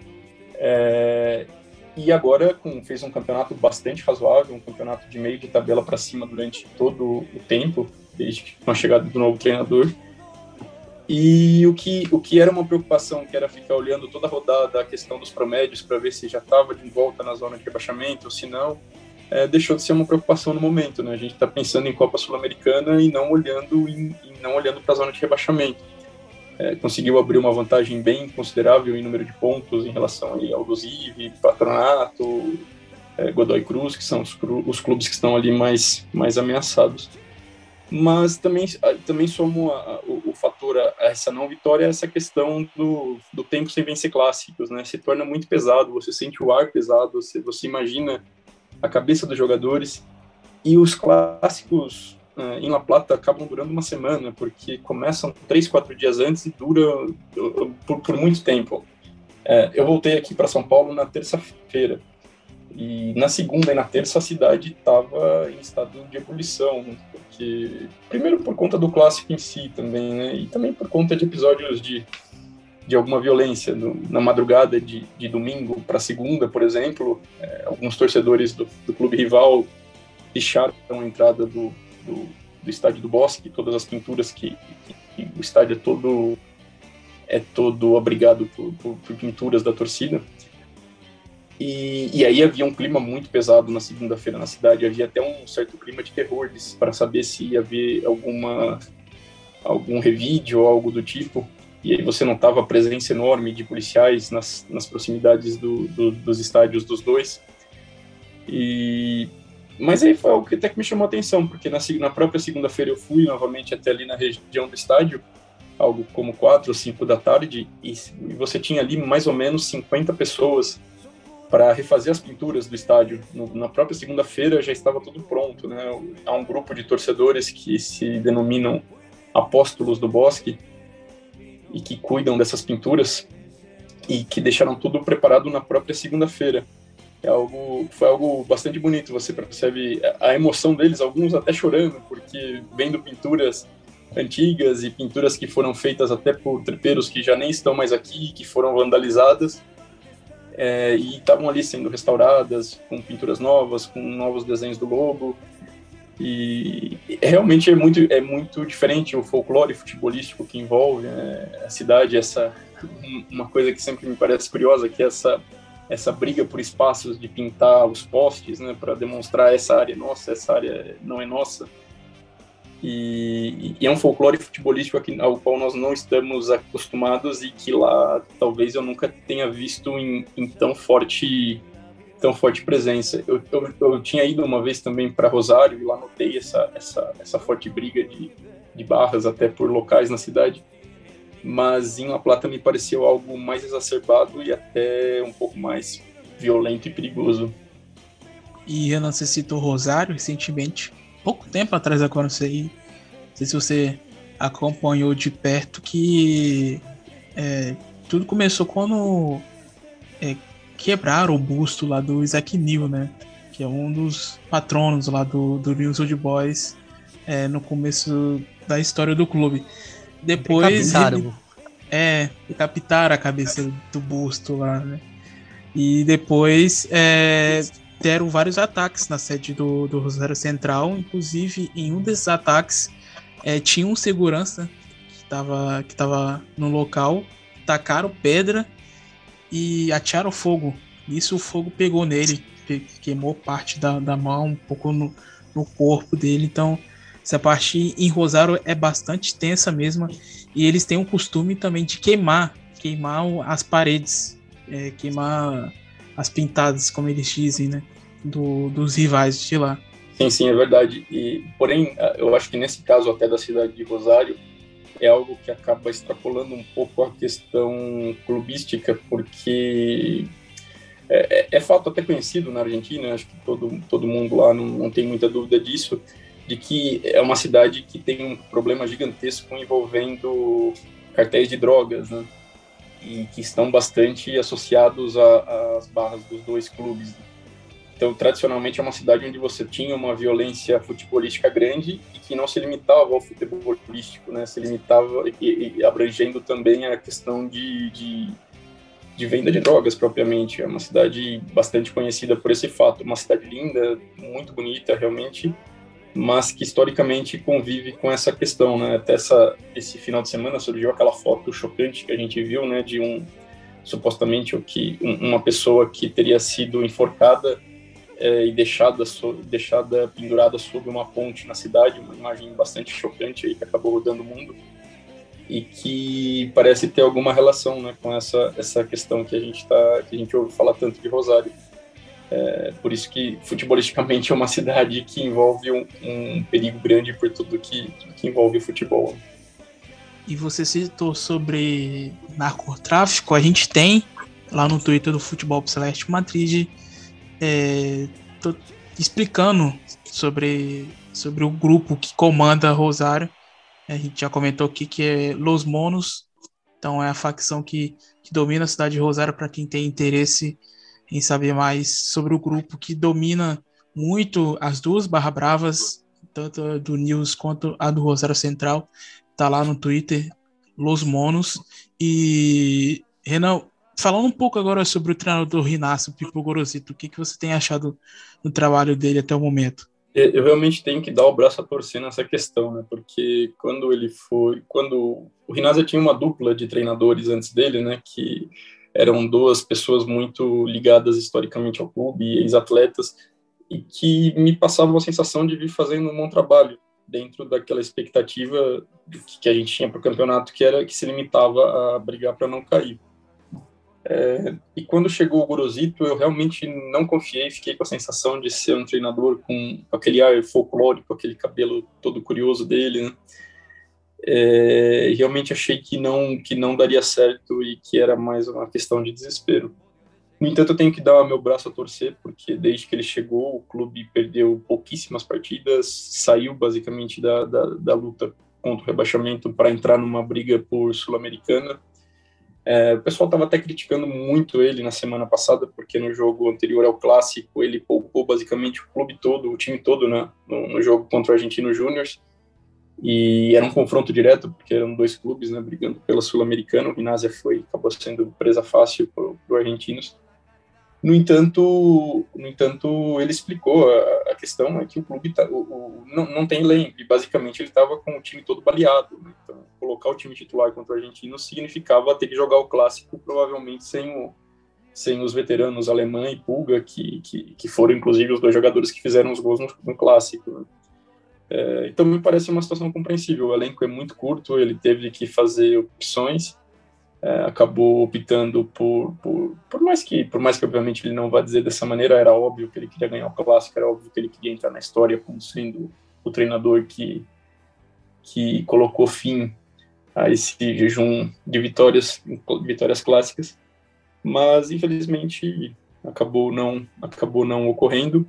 E agora fez um campeonato bastante razoável, um campeonato de meio de tabela para cima durante todo o tempo, desde a chegada do novo treinador. E o que era uma preocupação, que era ficar olhando toda a rodada a questão dos promédios para ver se já estava de volta na zona de rebaixamento ou se não, deixou de ser uma preocupação no momento, né? A gente está pensando em Copa Sul-Americana e não olhando para a zona de rebaixamento. Conseguiu abrir uma vantagem bem considerável em número de pontos em relação aí ao Lusive, Patronato, Godoy Cruz, que são os clubes que estão ali mais ameaçados. Mas também somou o fator a essa não vitória, essa questão do tempo sem vencer clássicos, né? Se torna muito pesado, você sente o ar pesado, você imagina a cabeça dos jogadores, e os clássicos em La Plata acabam durando uma semana, porque começam 3-4 dias antes e duram por muito tempo. Eu voltei aqui para São Paulo na terça-feira, e na segunda e na terça a cidade estava em estado de ebulição, porque, primeiro por conta do clássico em si também, né? E também por conta de episódios de alguma violência. Na madrugada de domingo para segunda, por exemplo, alguns torcedores do clube rival picharam a entrada do estádio do Bosque, todas as pinturas que o estádio é todo abrigado por pinturas da torcida. E aí havia um clima muito pesado na segunda-feira na cidade, havia até um certo clima de terror para saber se ia haver algum revide ou algo do tipo. e aí você notava a presença enorme de policiais nas proximidades dos estádios dos dois. Mas aí foi algo que até que me chamou a atenção, porque na própria segunda-feira eu fui novamente até ali na região do estádio, algo como 4 ou 5 da tarde, e você tinha ali mais ou menos 50 pessoas para refazer as pinturas do estádio. Na própria segunda-feira já estava tudo pronto, né? Há um grupo de torcedores que se denominam Apóstolos do Bosque e que cuidam dessas pinturas e que deixaram tudo preparado na própria segunda-feira. Foi algo bastante bonito, você percebe a emoção deles, alguns até chorando, porque vendo pinturas antigas e pinturas que foram feitas até por trepeiros que já nem estão mais aqui, que foram vandalizadas, e estavam ali sendo restauradas com pinturas novas, com novos desenhos do logo, e realmente é muito diferente o folclore futebolístico que envolve, né, a cidade, uma coisa que sempre me parece curiosa, que é essa briga por espaços de pintar os postes, né, para demonstrar essa área é nossa, essa área não é nossa. E é um folclore futebolístico ao qual nós não estamos acostumados e que lá talvez eu nunca tenha visto em tão forte presença. Eu tinha ido uma vez também para Rosário e lá notei essa forte briga de barras até por locais na cidade, mas em La Plata me pareceu algo mais exacerbado e até um pouco mais violento e perigoso. E Renan, você citou Rosário recentemente, pouco tempo atrás agora, não sei se você acompanhou de perto, que tudo começou quando quebraram o busto lá do Isaac Neal, né, que é um dos patronos lá do News Old Boys, no começo da história do clube. Depois decapitaram a cabeça do busto lá, né? E depois deram vários ataques na sede do Rosário Central. Inclusive, em um desses ataques tinha um segurança que tava no local, tacaram pedra e atearam fogo. Isso, o fogo pegou nele, queimou parte da mão, um pouco no corpo dele. Então, essa parte em Rosário é bastante tensa mesmo. E eles têm o costume também de queimar as paredes, queimar as pintadas, como eles dizem, né, dos rivais de lá. Sim, é verdade. Porém, eu acho que nesse caso até da cidade de Rosário, é algo que acaba extrapolando um pouco a questão clubística, porque é fato até conhecido na Argentina, acho que todo mundo lá não tem muita dúvida disso, de que é uma cidade que tem um problema gigantesco envolvendo cartéis de drogas, né? E que estão bastante associados às barras dos dois clubes. Então, tradicionalmente, é uma cidade onde você tinha uma violência futebolística grande e que não se limitava ao futebolístico, né? Se limitava e abrangendo também a questão de venda de drogas, propriamente. É uma cidade bastante conhecida por esse fato. Uma cidade linda, muito bonita, realmente, mas que historicamente convive com essa questão, né? Até esse final de semana surgiu aquela foto chocante que a gente viu, né? De supostamente uma pessoa que teria sido enforcada e deixada pendurada sob uma ponte na cidade, uma imagem bastante chocante aí que acabou rodando o mundo e que parece ter alguma relação, né, com essa questão que a gente ouve falar tanto de Rosário. Por isso que futebolisticamente é uma cidade que envolve um perigo grande por tudo que envolve o futebol. E você citou sobre narcotráfico. A gente tem lá no Twitter do Futebol Celeste uma thread explicando sobre o grupo que comanda Rosário. A gente já comentou aqui que é Los Monos, então é a facção que domina a cidade de Rosário, para quem tem interesse em saber mais sobre o grupo que domina muito as duas Barra Bravas, tanto a do News quanto a do Rosário Central. Tá lá no Twitter, Los Monos. E, Renan, falando um pouco agora sobre o treinador Rinácio Pipo Gorosito, o que você tem achado do trabalho dele até o momento? Eu realmente tenho que dar o braço a torcer nessa questão, né? Porque quando o Rinácio tinha uma dupla de treinadores antes dele, né? Que eram duas pessoas muito ligadas historicamente ao clube, ex-atletas, e que me passavam a sensação de vir fazendo um bom trabalho. dentro daquela expectativa que a gente tinha para o campeonato, que era que se limitava a brigar para não cair. E quando chegou o Gorosito, eu realmente não confiei, fiquei com a sensação de ser um treinador com aquele ar folclórico, aquele cabelo todo curioso dele, né? Realmente achei que não daria certo e que era mais uma questão de desespero. No entanto, eu tenho que dar meu braço a torcer, porque desde que ele chegou, o clube perdeu pouquíssimas partidas, saiu basicamente da luta contra o rebaixamento para entrar numa briga por Sul-Americana. O pessoal estava até criticando muito ele na semana passada, porque no jogo anterior ao Clássico ele poupou basicamente o clube todo, o time todo, né, no jogo contra o Argentino Júnior, e era um confronto direto, porque eram dois clubes, né, brigando pela Sul-Americana. O Rinásia acabou sendo presa fácil para os argentinos. No entanto, ele explicou a questão é que o clube não tem elenco, e basicamente ele estava com o time todo baleado, né? Então, colocar o time titular contra o Argentino significava ter que jogar o Clássico, provavelmente sem os veteranos Alemã e Pulga, que foram inclusive os dois jogadores que fizeram os gols no Clássico, né? Então me parece uma situação compreensível. O elenco é muito curto, ele teve que fazer opções, acabou optando por mais que obviamente ele não vá dizer dessa maneira, era óbvio que ele queria ganhar o Clássico, era óbvio que ele queria entrar na história como sendo o treinador que colocou fim a esse jejum de vitórias clássicas, mas infelizmente acabou não ocorrendo.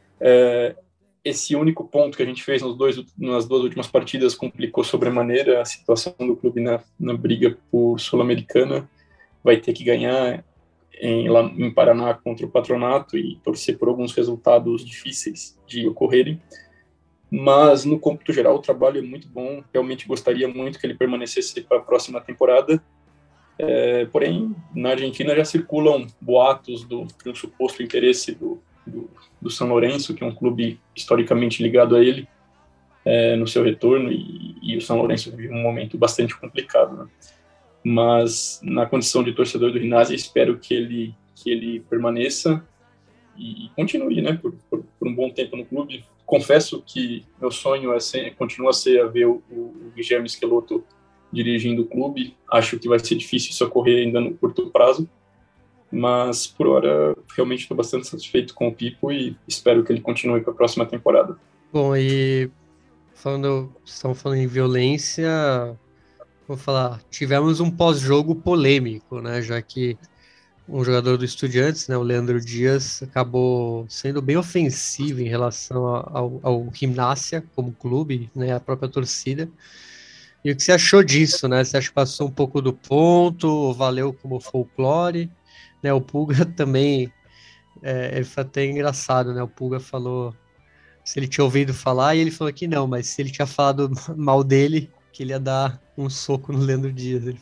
Esse único ponto que a gente fez nas duas últimas partidas complicou sobremaneira a situação do clube na briga por Sul-Americana. Vai ter que ganhar lá em Paraná contra o Patronato e torcer por alguns resultados difíceis de ocorrerem. Mas, no cômputo geral, o trabalho é muito bom. Realmente gostaria muito que ele permanecesse para a próxima temporada. Porém, na Argentina já circulam boatos do suposto interesse do São Lourenço, que é um clube historicamente ligado a ele, no seu retorno, e o São Lourenço vive um momento bastante complicado, né? Mas, na condição de torcedor do Rinásia, espero que ele permaneça e continue, né, por um bom tempo no clube. Confesso que meu sonho continua a ser ver o Guilherme Schelotto dirigindo o clube. Acho que vai ser difícil isso ocorrer ainda no curto prazo, mas por hora realmente estou bastante satisfeito com o Pipo e espero que ele continue para a próxima temporada. Bom, e estamos falando em violência, vou falar, tivemos um pós-jogo polêmico, né, já que um jogador do Estudiantes, né, o Leandro Dias, acabou sendo bem ofensivo em relação ao Gimnasia como clube, né, a própria torcida. E o que você achou disso, né? Você acha que passou um pouco do ponto, valeu como folclore, né? O Pulga também, ele foi até engraçado, né? O Pulga falou se ele tinha ouvido falar e ele falou que não, mas se ele tinha falado mal dele, que ele ia dar um soco no Leandro Dias.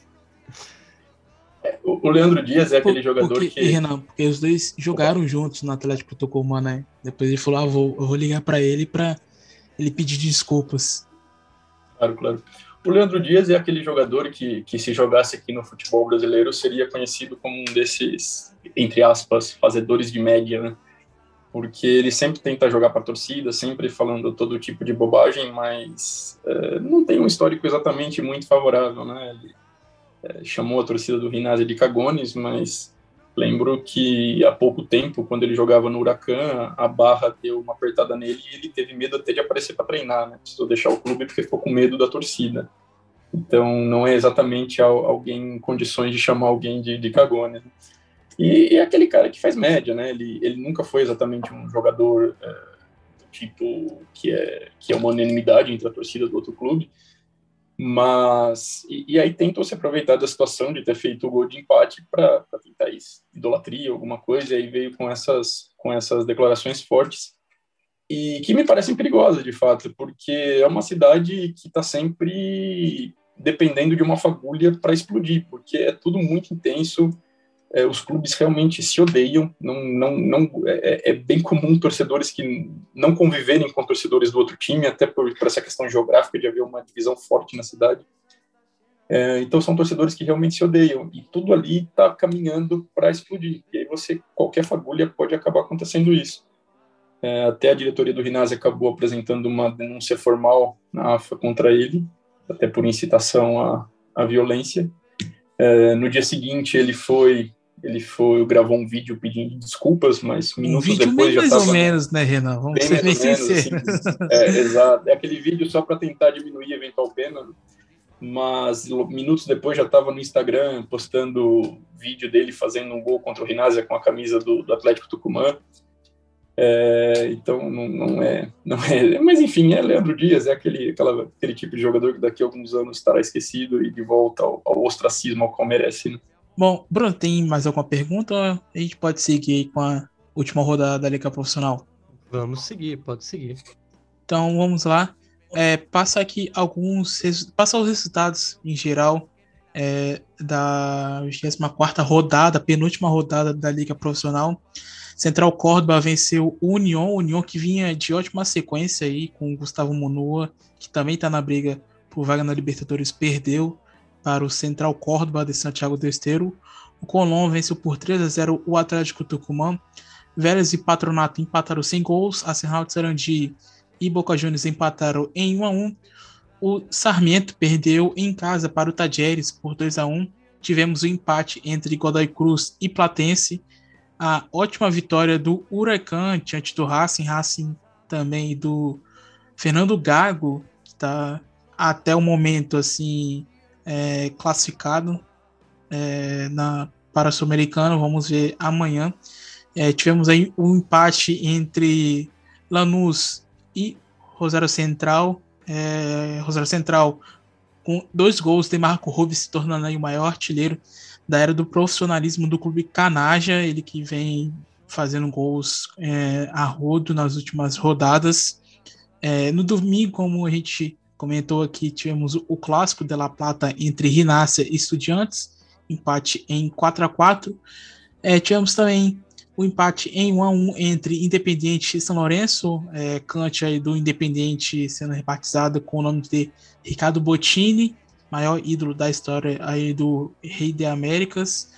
O Leandro Dias é aquele jogador que... Renan, porque os dois jogaram juntos no Atlético Tucumã, né? Depois ele falou, eu vou ligar para ele para ele pedir desculpas. Claro. O Leandro Dias é aquele jogador que se jogasse aqui no futebol brasileiro seria conhecido como um desses, entre aspas, fazedores de média, né? Porque ele sempre tenta jogar para a torcida, sempre falando todo tipo de bobagem, mas não tem um histórico exatamente muito favorável, né? Ele chamou a torcida do Rinásia de cagones, mas lembro que há pouco tempo, quando ele jogava no Huracan, a Barra deu uma apertada nele e ele teve medo até de aparecer para treinar, né? Precisou deixar o clube porque ficou com medo da torcida. Então, não é exatamente alguém em condições de chamar alguém de cagone. E é aquele cara que faz média, né? Ele nunca foi exatamente um jogador do tipo que é uma unanimidade entre a torcida do outro clube, mas e aí tentou se aproveitar da situação de ter feito o gol de empate para tentar idolatria, alguma coisa, e aí veio com essas declarações fortes e que me parecem perigosas, de fato, porque é uma cidade que está sempre dependendo de uma fagulha para explodir, porque é tudo muito intenso. Os clubes realmente se odeiam, é bem comum torcedores que não conviverem com torcedores do outro time, até por essa questão geográfica de haver uma divisão forte na cidade. Então são torcedores que realmente se odeiam, e tudo ali está caminhando para explodir, e aí qualquer fagulha pode acabar acontecendo isso. Até a diretoria do Rinazzi acabou apresentando uma denúncia formal na AFA contra ele, até por incitação à violência. No dia seguinte, ele gravou um vídeo pedindo desculpas, mas minutos depois já estava... mais ou menos, né, Renan? Vamos bem ser mais bem ou menos, assim, sinceros. exato. É aquele vídeo só para tentar diminuir a eventual pena, mas minutos depois já estava no Instagram postando vídeo dele fazendo um gol contra o Rinazzi com a camisa do Atlético Tucumã. Então não é, mas enfim, é Leandro Dias, é aquele tipo de jogador que daqui a alguns anos estará esquecido e de volta ao ostracismo ao qual merece, né? Bom, Bruno, tem mais alguma pergunta? Ou a gente pode seguir com a última rodada da Liga Profissional? Vamos seguir, pode seguir. Então vamos lá. Passa aqui passa os resultados em geral da 24ª rodada, penúltima rodada da Liga Profissional. Central Córdoba venceu o União que vinha de ótima sequência aí com o Gustavo Munua, que também está na briga por vaga na Libertadores, perdeu para o Central Córdoba de Santiago do Esteiro. O Colón venceu por 3-0 o Atlético Tucumã. Vélez e Patronato empataram sem gols. Arsenal de Sarandi e Boca Juniors empataram em 1-1. O Sarmiento perdeu em casa para o Tajeres por 2-1. Tivemos o empate entre Godoy Cruz e Platense. A ótima vitória do Huracan diante do Racing também do Fernando Gago, que está até o momento assim classificado para a Sul-Americana. Vamos ver amanhã. Tivemos aí um empate entre Lanús e Rosário Central. Rosário Central com 2 gols de Marco Rubens, se tornando aí o maior artilheiro da era do profissionalismo do clube Canaja, ele que vem fazendo gols a rodo nas últimas rodadas. No domingo, como a gente comentou aqui, tivemos o clássico de La Plata entre Rinácia e Estudiantes, empate em 4-4. Tivemos também o empate em 1-1 entre Independiente e São Lourenço, Cante aí do Independiente sendo rebatizado com o nome de Ricardo Bottini, maior ídolo da história aí do Rei de Américas.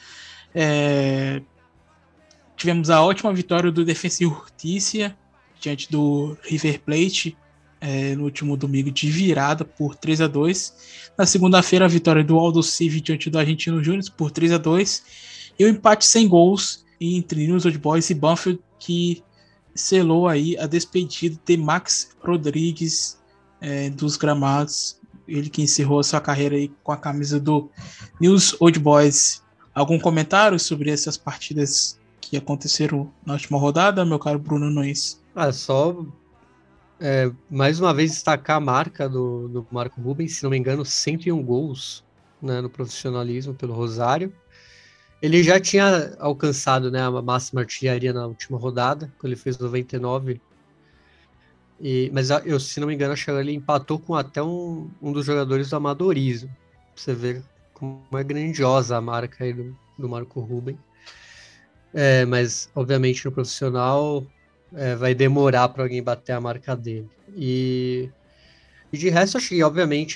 Tivemos a ótima vitória do Defensa e Justiça diante do River Plate no último domingo de virada por 3-2. Na segunda-feira, a vitória do Aldo Civi diante do Argentino Júnior por 3-2. E o empate sem gols entre News Old Boys e Banfield, que selou aí a despedida de Max Rodrigues dos gramados. Ele que encerrou a sua carreira aí com a camisa do News Old Boys. Algum comentário sobre essas partidas que aconteceram na última rodada, meu caro Bruno Nunes? Só mais uma vez destacar a marca do Marco Rubens, se não me engano, 101 gols, né, no profissionalismo pelo Rosário. Ele já tinha alcançado, né, a máxima artilharia na última rodada, quando ele fez 99. Mas eu, se não me engano, acho que ele empatou com até um dos jogadores do amadorismo. Pra você ver como é grandiosa a marca aí do Marco Ruben. Mas, obviamente, no profissional vai demorar para alguém bater a marca dele. E de resto, acho que, obviamente,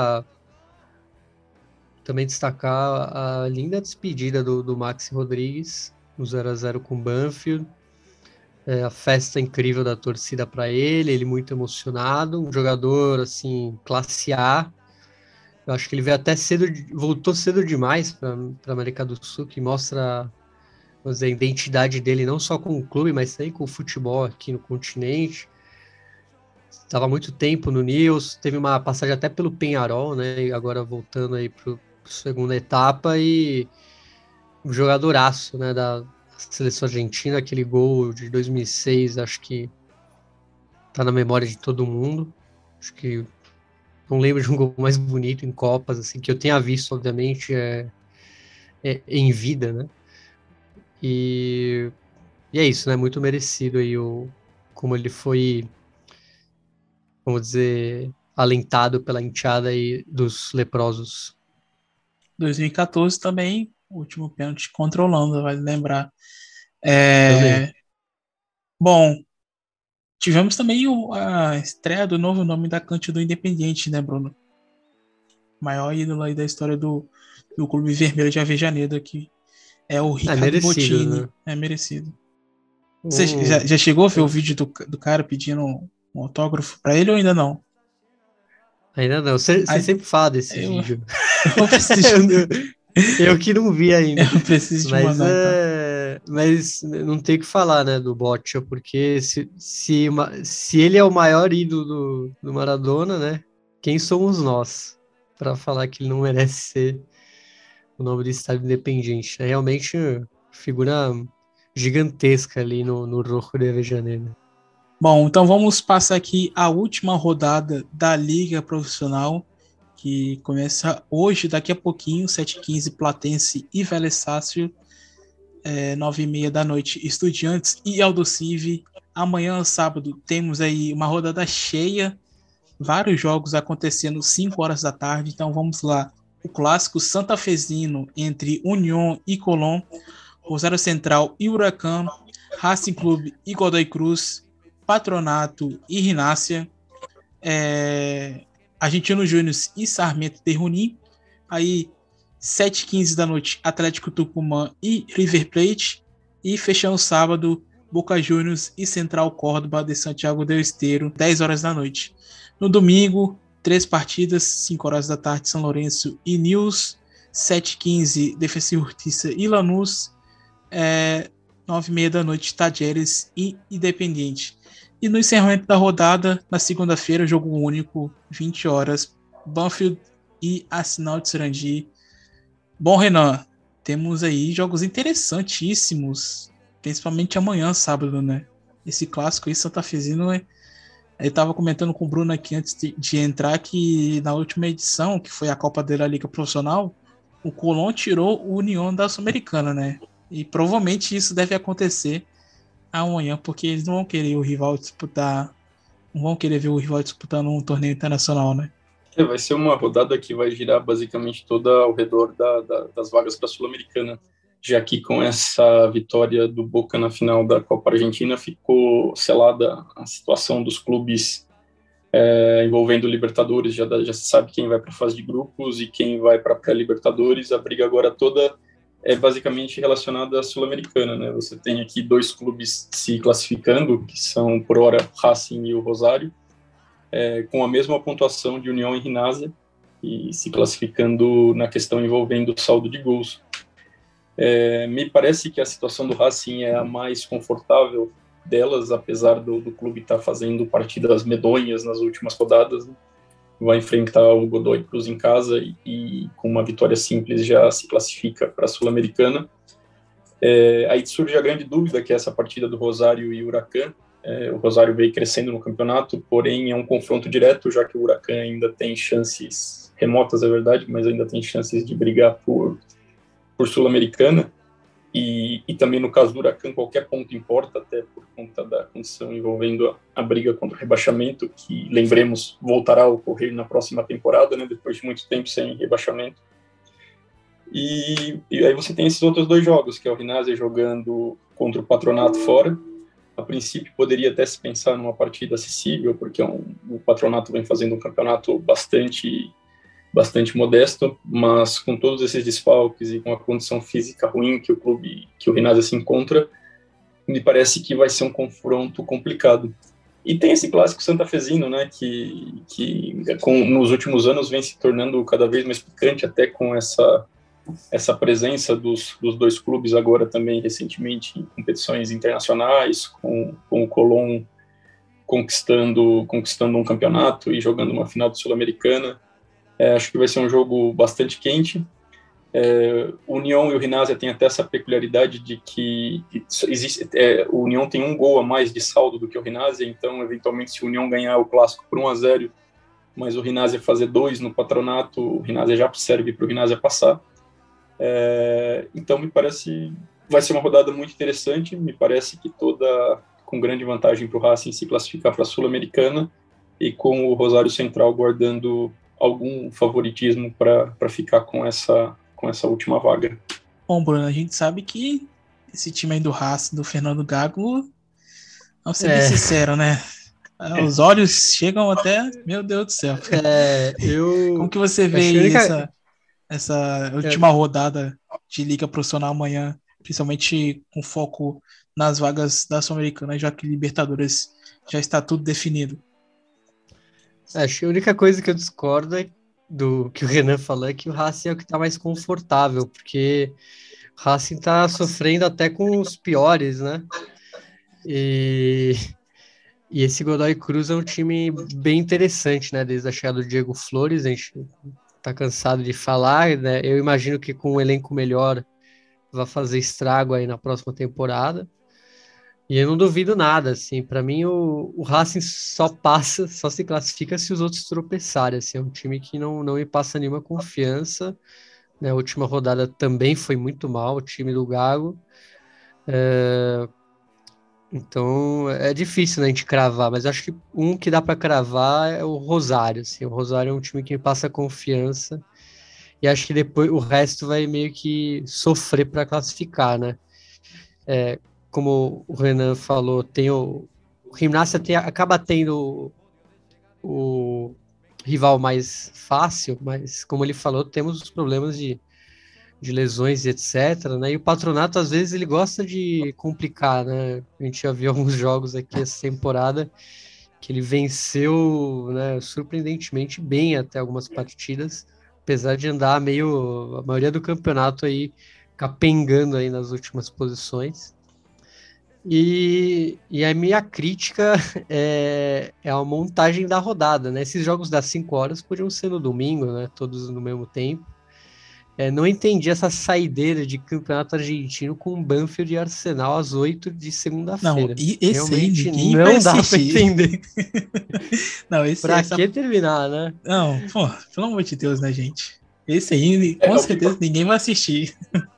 também destacar a linda despedida do Maxi Rodrigues, no 0-0 com o Banfield. A festa incrível da torcida para ele muito emocionado, um jogador assim, classe A. Eu acho que ele veio até cedo, voltou cedo demais para a América do Sul, que mostra, vamos dizer, a identidade dele não só com o clube, mas também com o futebol aqui no continente. Estava há muito tempo no Nils, teve uma passagem até pelo Peñarol, né? E agora voltando aí para a segunda etapa, e um jogadoraço, né, da seleção argentina, aquele gol de 2006, acho que tá na memória de todo mundo. Acho que não lembro de um gol mais bonito em Copas, assim, que eu tenha visto, obviamente, em vida, né? E é isso, né? Muito merecido aí como ele foi, vamos dizer, alentado pela enteada aí dos leprosos. 2014 também, o último pênalti contra a Holanda, vale lembrar. Também. Bom, tivemos também a estreia do novo nome da Cante do Independiente, né, Bruno? Maior ídolo aí da história do Clube Vermelho de Avejaneiro, que é o Ricardo merecido, Bottini. né? É merecido. Você já chegou a ver o vídeo do cara pedindo um autógrafo pra ele ou ainda não? Ainda não. Você Aí- sempre fala desse eu- vídeo. Eu preciso, Eu que não vi ainda. eu preciso te Mas, mandar, então. mas não tem o que falar, né, do Boccia, porque se ele é o maior ídolo do Maradona, né, quem somos nós para falar que ele não merece ser o nome do estádio Independente? É realmente uma figura gigantesca ali no Rojo de Avellaneda. Bom, então vamos passar aqui a última rodada da Liga Profissional, que começa hoje, daqui a pouquinho, 7h15, Platense e Vélez Sársfield, 9h30 da noite, Estudiantes e Aldosivi. Amanhã, sábado, temos aí uma rodada cheia, vários jogos acontecendo 5 horas da tarde, então vamos lá. O clássico santafesino entre União e Colón, Rosário Central e Huracán, Racing Clube e Godoy Cruz, Patronato e Rinácia, Argentino Júnior e Sarmiento de Junín. Aí 7h15 da noite, Atlético Tucumã e River Plate. E fechando o sábado, Boca Juniors e Central Córdoba de Santiago del Estero, 10 horas da noite. No domingo, 3 partidas, 5 horas da tarde, São Lourenço e News. 7h15, Defensa e Justiça e Lanús. 9h30 da noite, Tajeres e Independiente. E no encerramento da rodada, na segunda-feira, jogo único, 20 horas, Banfield e Arsenal de Sarandi. Bom, Renan, temos aí jogos interessantíssimos, principalmente amanhã, sábado, né? Esse clássico aí, santafesino, eu estava comentando com o Bruno aqui antes de entrar que na última edição, que foi a Copa da Liga Profissional, o Colón tirou o União da Sul-Americana, né? E provavelmente isso deve acontecer amanhã, porque eles não vão querer o rival disputar, não vão querer ver o rival disputando um torneio internacional, né? Vai ser uma rodada que vai girar basicamente toda ao redor das vagas para a Sul-Americana, já que com essa vitória do Boca na final da Copa Argentina ficou selada a situação dos clubes envolvendo Libertadores, já se sabe quem vai para a fase de grupos e quem vai para a pré-Libertadores. A briga agora toda é basicamente relacionada à Sul-Americana, né? Você tem aqui 2 clubes se classificando, que são, por hora, Racing e o Rosário, com a mesma pontuação de União e Rinásia, e se classificando na questão envolvendo o saldo de gols. Me parece que a situação do Racing é a mais confortável delas, apesar do clube estar fazendo partidas medonhas nas últimas rodadas, né? Vai enfrentar o Godoy Cruz em casa e com uma vitória simples já se classifica para a Sul-Americana. Aí surge a grande dúvida, que é essa partida do Rosário e Huracán. O Rosário veio crescendo no campeonato, porém é um confronto direto, já que o Huracán ainda tem chances remotas, é verdade, mas ainda tem chances de brigar por Sul-Americana. E também no caso do Huracán, qualquer ponto importa, até por conta da condição envolvendo a briga contra o rebaixamento, que, lembremos, voltará a ocorrer na próxima temporada, né, depois de muito tempo sem rebaixamento. E aí você tem esses outros 2 jogos, que é o Rinásia jogando contra o Patronato fora. A princípio poderia até se pensar numa partida acessível, porque o Patronato vem fazendo um campeonato bastante modesto, mas com todos esses desfalques e com a condição física ruim que o Rinásia se encontra, me parece que vai ser um confronto complicado. E tem esse clássico santafesino, né, que nos últimos anos vem se tornando cada vez mais picante, até com essa presença dos 2 clubes agora também recentemente em competições internacionais, com o Colón conquistando um campeonato e jogando uma final de Sul-Americana. Acho que vai ser um jogo bastante quente. O União e o Rinásia têm até essa peculiaridade de que o União tem 1 gol a mais de saldo do que o Rinásia, então eventualmente se o União ganhar o clássico por 1-0, mas o Rinásia fazer 2 no Patronato, o Rinásia já serve para o Rinásia passar. Então me parece vai ser uma rodada muito interessante, me parece que toda com grande vantagem para o Racing se classificar para a Sul-Americana e com o Rosário Central guardando algum favoritismo para ficar com essa última vaga. Bom, Bruno, a gente sabe que esse time aí do Racing, do Fernando Gago, vamos ser bem sincero, né? Os olhos chegam até... Meu Deus do céu. Como que você vê aí essa última rodada de Liga Profissional amanhã principalmente com foco nas vagas da Sul-Americana, já que Libertadores já está tudo definido. Acho que a única coisa que eu discordo do que o Renan falou é que o Racing é o que está mais confortável, porque o Racing está sofrendo até com os piores, né? E esse Godoy Cruz é um time bem interessante, né? Desde a chegada do Diego Flores, a gente tá cansado de falar, né? Eu imagino que com um elenco melhor vai fazer estrago aí na próxima temporada. E eu não duvido nada, assim. Para mim, o Racing só se classifica se os outros tropeçarem. Assim, é um time que não me passa nenhuma confiança. Né? A última rodada também foi muito mal, o time do Gago. Então é difícil, né, a gente cravar, mas acho que um que dá para cravar é o Rosário. Assim. O Rosário é um time que me passa confiança. E acho que depois o resto vai meio que sofrer para classificar, né? Como o Renan falou, tem o Gimnasia acaba tendo o rival mais fácil, mas como ele falou, temos os problemas de lesões e etc, né? E o Patronato, às vezes, ele gosta de complicar, né? A gente já viu alguns jogos aqui essa temporada que ele venceu, né, surpreendentemente bem até algumas partidas, apesar de andar a maioria do campeonato aí capengando aí nas últimas posições. E a minha crítica é a montagem da rodada, né? Esses jogos das 5 horas podiam ser no domingo, né? Todos no mesmo tempo. Não entendi essa saideira de campeonato argentino com Banfield e Arsenal às 8 de segunda-feira. Não, e esse realmente aí ninguém não vai dá assistir. pra entender. Não, Pra que terminar, né? Não, pô, pelo amor de Deus, né, gente? Esse aí, com certeza, ninguém vai assistir.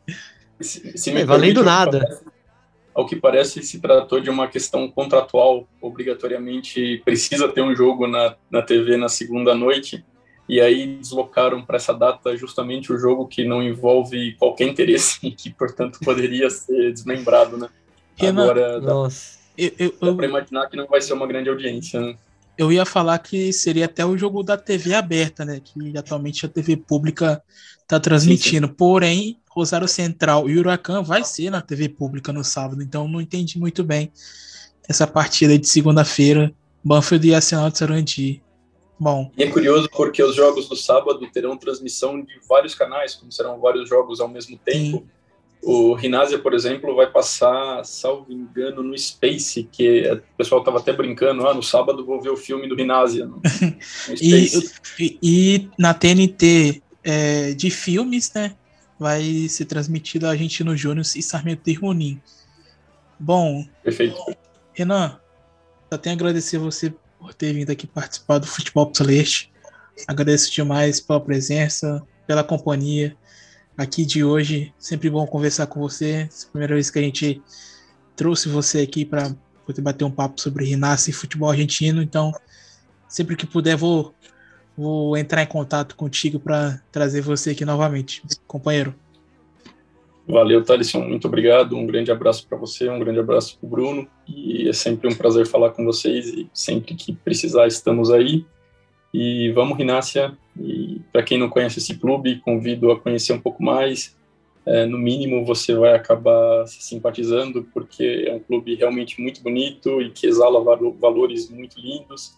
Se me valendo permite, nada. Ao que parece, se tratou de uma questão contratual. Obrigatoriamente precisa ter um jogo na TV na segunda noite, e aí deslocaram para essa data justamente o jogo que não envolve qualquer interesse e que, portanto, poderia ser desmembrado, né? Renan, agora dá para eu, imaginar que não vai ser uma grande audiência, né? eu ia falar que seria até o jogo da TV aberta, né? Que atualmente a TV pública está transmitindo. Sim. Porém, Rosário Central e Huracan vai ser na TV pública no sábado. Então, não entendi muito bem essa partida de segunda-feira. Banfield e Arsenal de Sarandi. Bom. E é curioso porque os jogos do sábado terão transmissão de vários canais, como serão vários jogos ao mesmo tempo. Sim. O Gimnasia, por exemplo, vai passar, salvo engano, no Space, que o pessoal estava até brincando, no sábado vou ver o filme do Gimnasia no Space. e na TNT de filmes, né, vai ser transmitido a Argentino Júnior e Sarmiento de Junín. Bom, perfeito. Renan, só tenho a agradecer você por ter vindo aqui participar do Futebol Opus Leste. Agradeço demais pela presença, pela companhia aqui de hoje. Sempre bom conversar com você. Essa é a primeira vez que a gente trouxe você aqui para poder bater um papo sobre Gimnasia e futebol argentino. Então, sempre que puder, vou entrar em contato contigo para trazer você aqui novamente, companheiro. Valeu, Thalisson. Muito obrigado. Um grande abraço para você, um grande abraço para o Bruno. E é sempre um prazer falar com vocês. E sempre que precisar, estamos aí. E vamos, Gimnasia. E para quem não conhece esse clube, convido a conhecer um pouco mais. No mínimo, você vai acabar se simpatizando, porque é um clube realmente muito bonito e que exala valores muito lindos.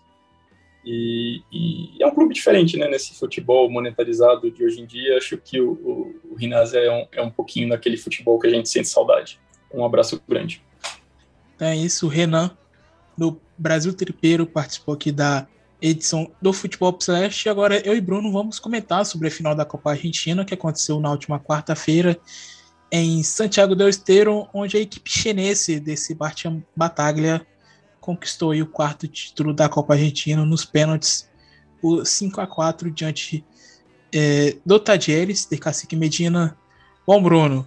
E é um clube diferente, né? Nesse futebol monetarizado de hoje em dia. Acho que o Gimnasia é um pouquinho daquele futebol que a gente sente saudade. Um abraço grande. Então é isso, o Renan, do Brasil Tripeiro, participou aqui da edição do Futebol Opus Leste. E agora eu e Bruno vamos comentar sobre a final da Copa Argentina, que aconteceu na última quarta-feira em Santiago del Estero, onde a equipe chinesa de Sebastián Battaglia conquistou aí o quarto título da Copa Argentina nos pênaltis, por 5-4 diante do Talleres, de Cacique Medina. Bom, Bruno,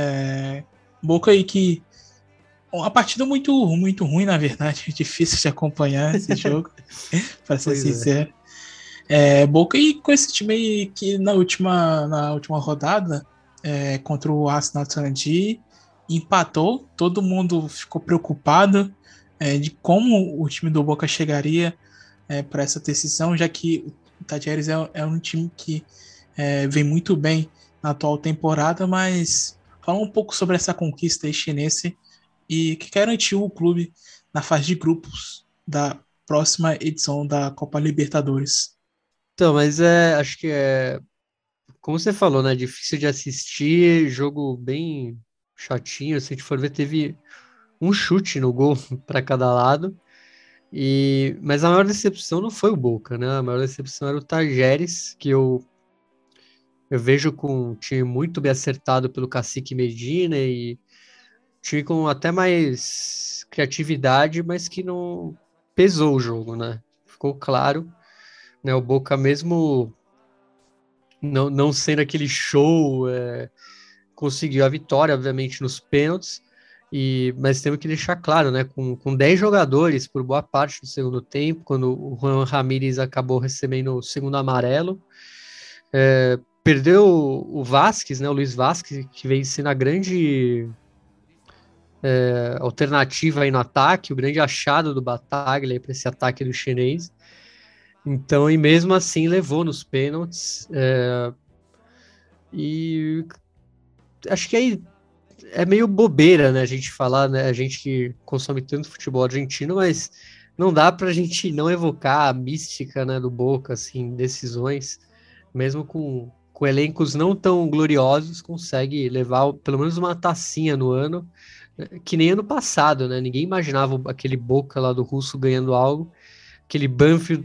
Boca aí que uma partida muito ruim, na verdade, difícil de acompanhar esse jogo, para ser sincero. Boca aí com esse time aí que na última rodada contra o Arsenal de Sarandi empatou, todo mundo ficou preocupado de como o time do Boca chegaria para essa decisão, já que o Talleres é um time que vem muito bem na atual temporada, mas falar um pouco sobre essa conquista aí chinesa e que garantiu o clube na fase de grupos da próxima edição da Copa Libertadores. Então, mas acho que como você falou, né? Difícil de assistir, jogo bem chatinho. Se a gente for ver, teve um chute no gol para cada lado. Mas a maior decepção não foi o Boca, né? A maior decepção era o Tajeres, que eu vejo com um time muito bem acertado pelo Cacique Medina e time com até mais criatividade, mas que não pesou o jogo, né? Ficou claro, né? O Boca mesmo não sendo aquele show, conseguiu a vitória, obviamente, nos pênaltis, mas temos que deixar claro, né? Com 10 jogadores por boa parte do segundo tempo, quando o Juan Ramírez acabou recebendo o segundo amarelo, perdeu o Vasquez, né? O Luiz Vasquez, que vem sendo a grande alternativa aí no ataque, o grande achado do Bataglia para esse ataque do chinês. Então, e mesmo assim levou nos pênaltis. E acho que aí é meio bobeira, né, a gente falar, né, a gente que consome tanto futebol argentino, mas não dá pra gente não evocar a mística, né, do Boca, assim, decisões, mesmo com elencos não tão gloriosos, consegue levar pelo menos uma tacinha no ano, que nem ano passado, né, ninguém imaginava aquele Boca lá do Russo ganhando algo, aquele Banfield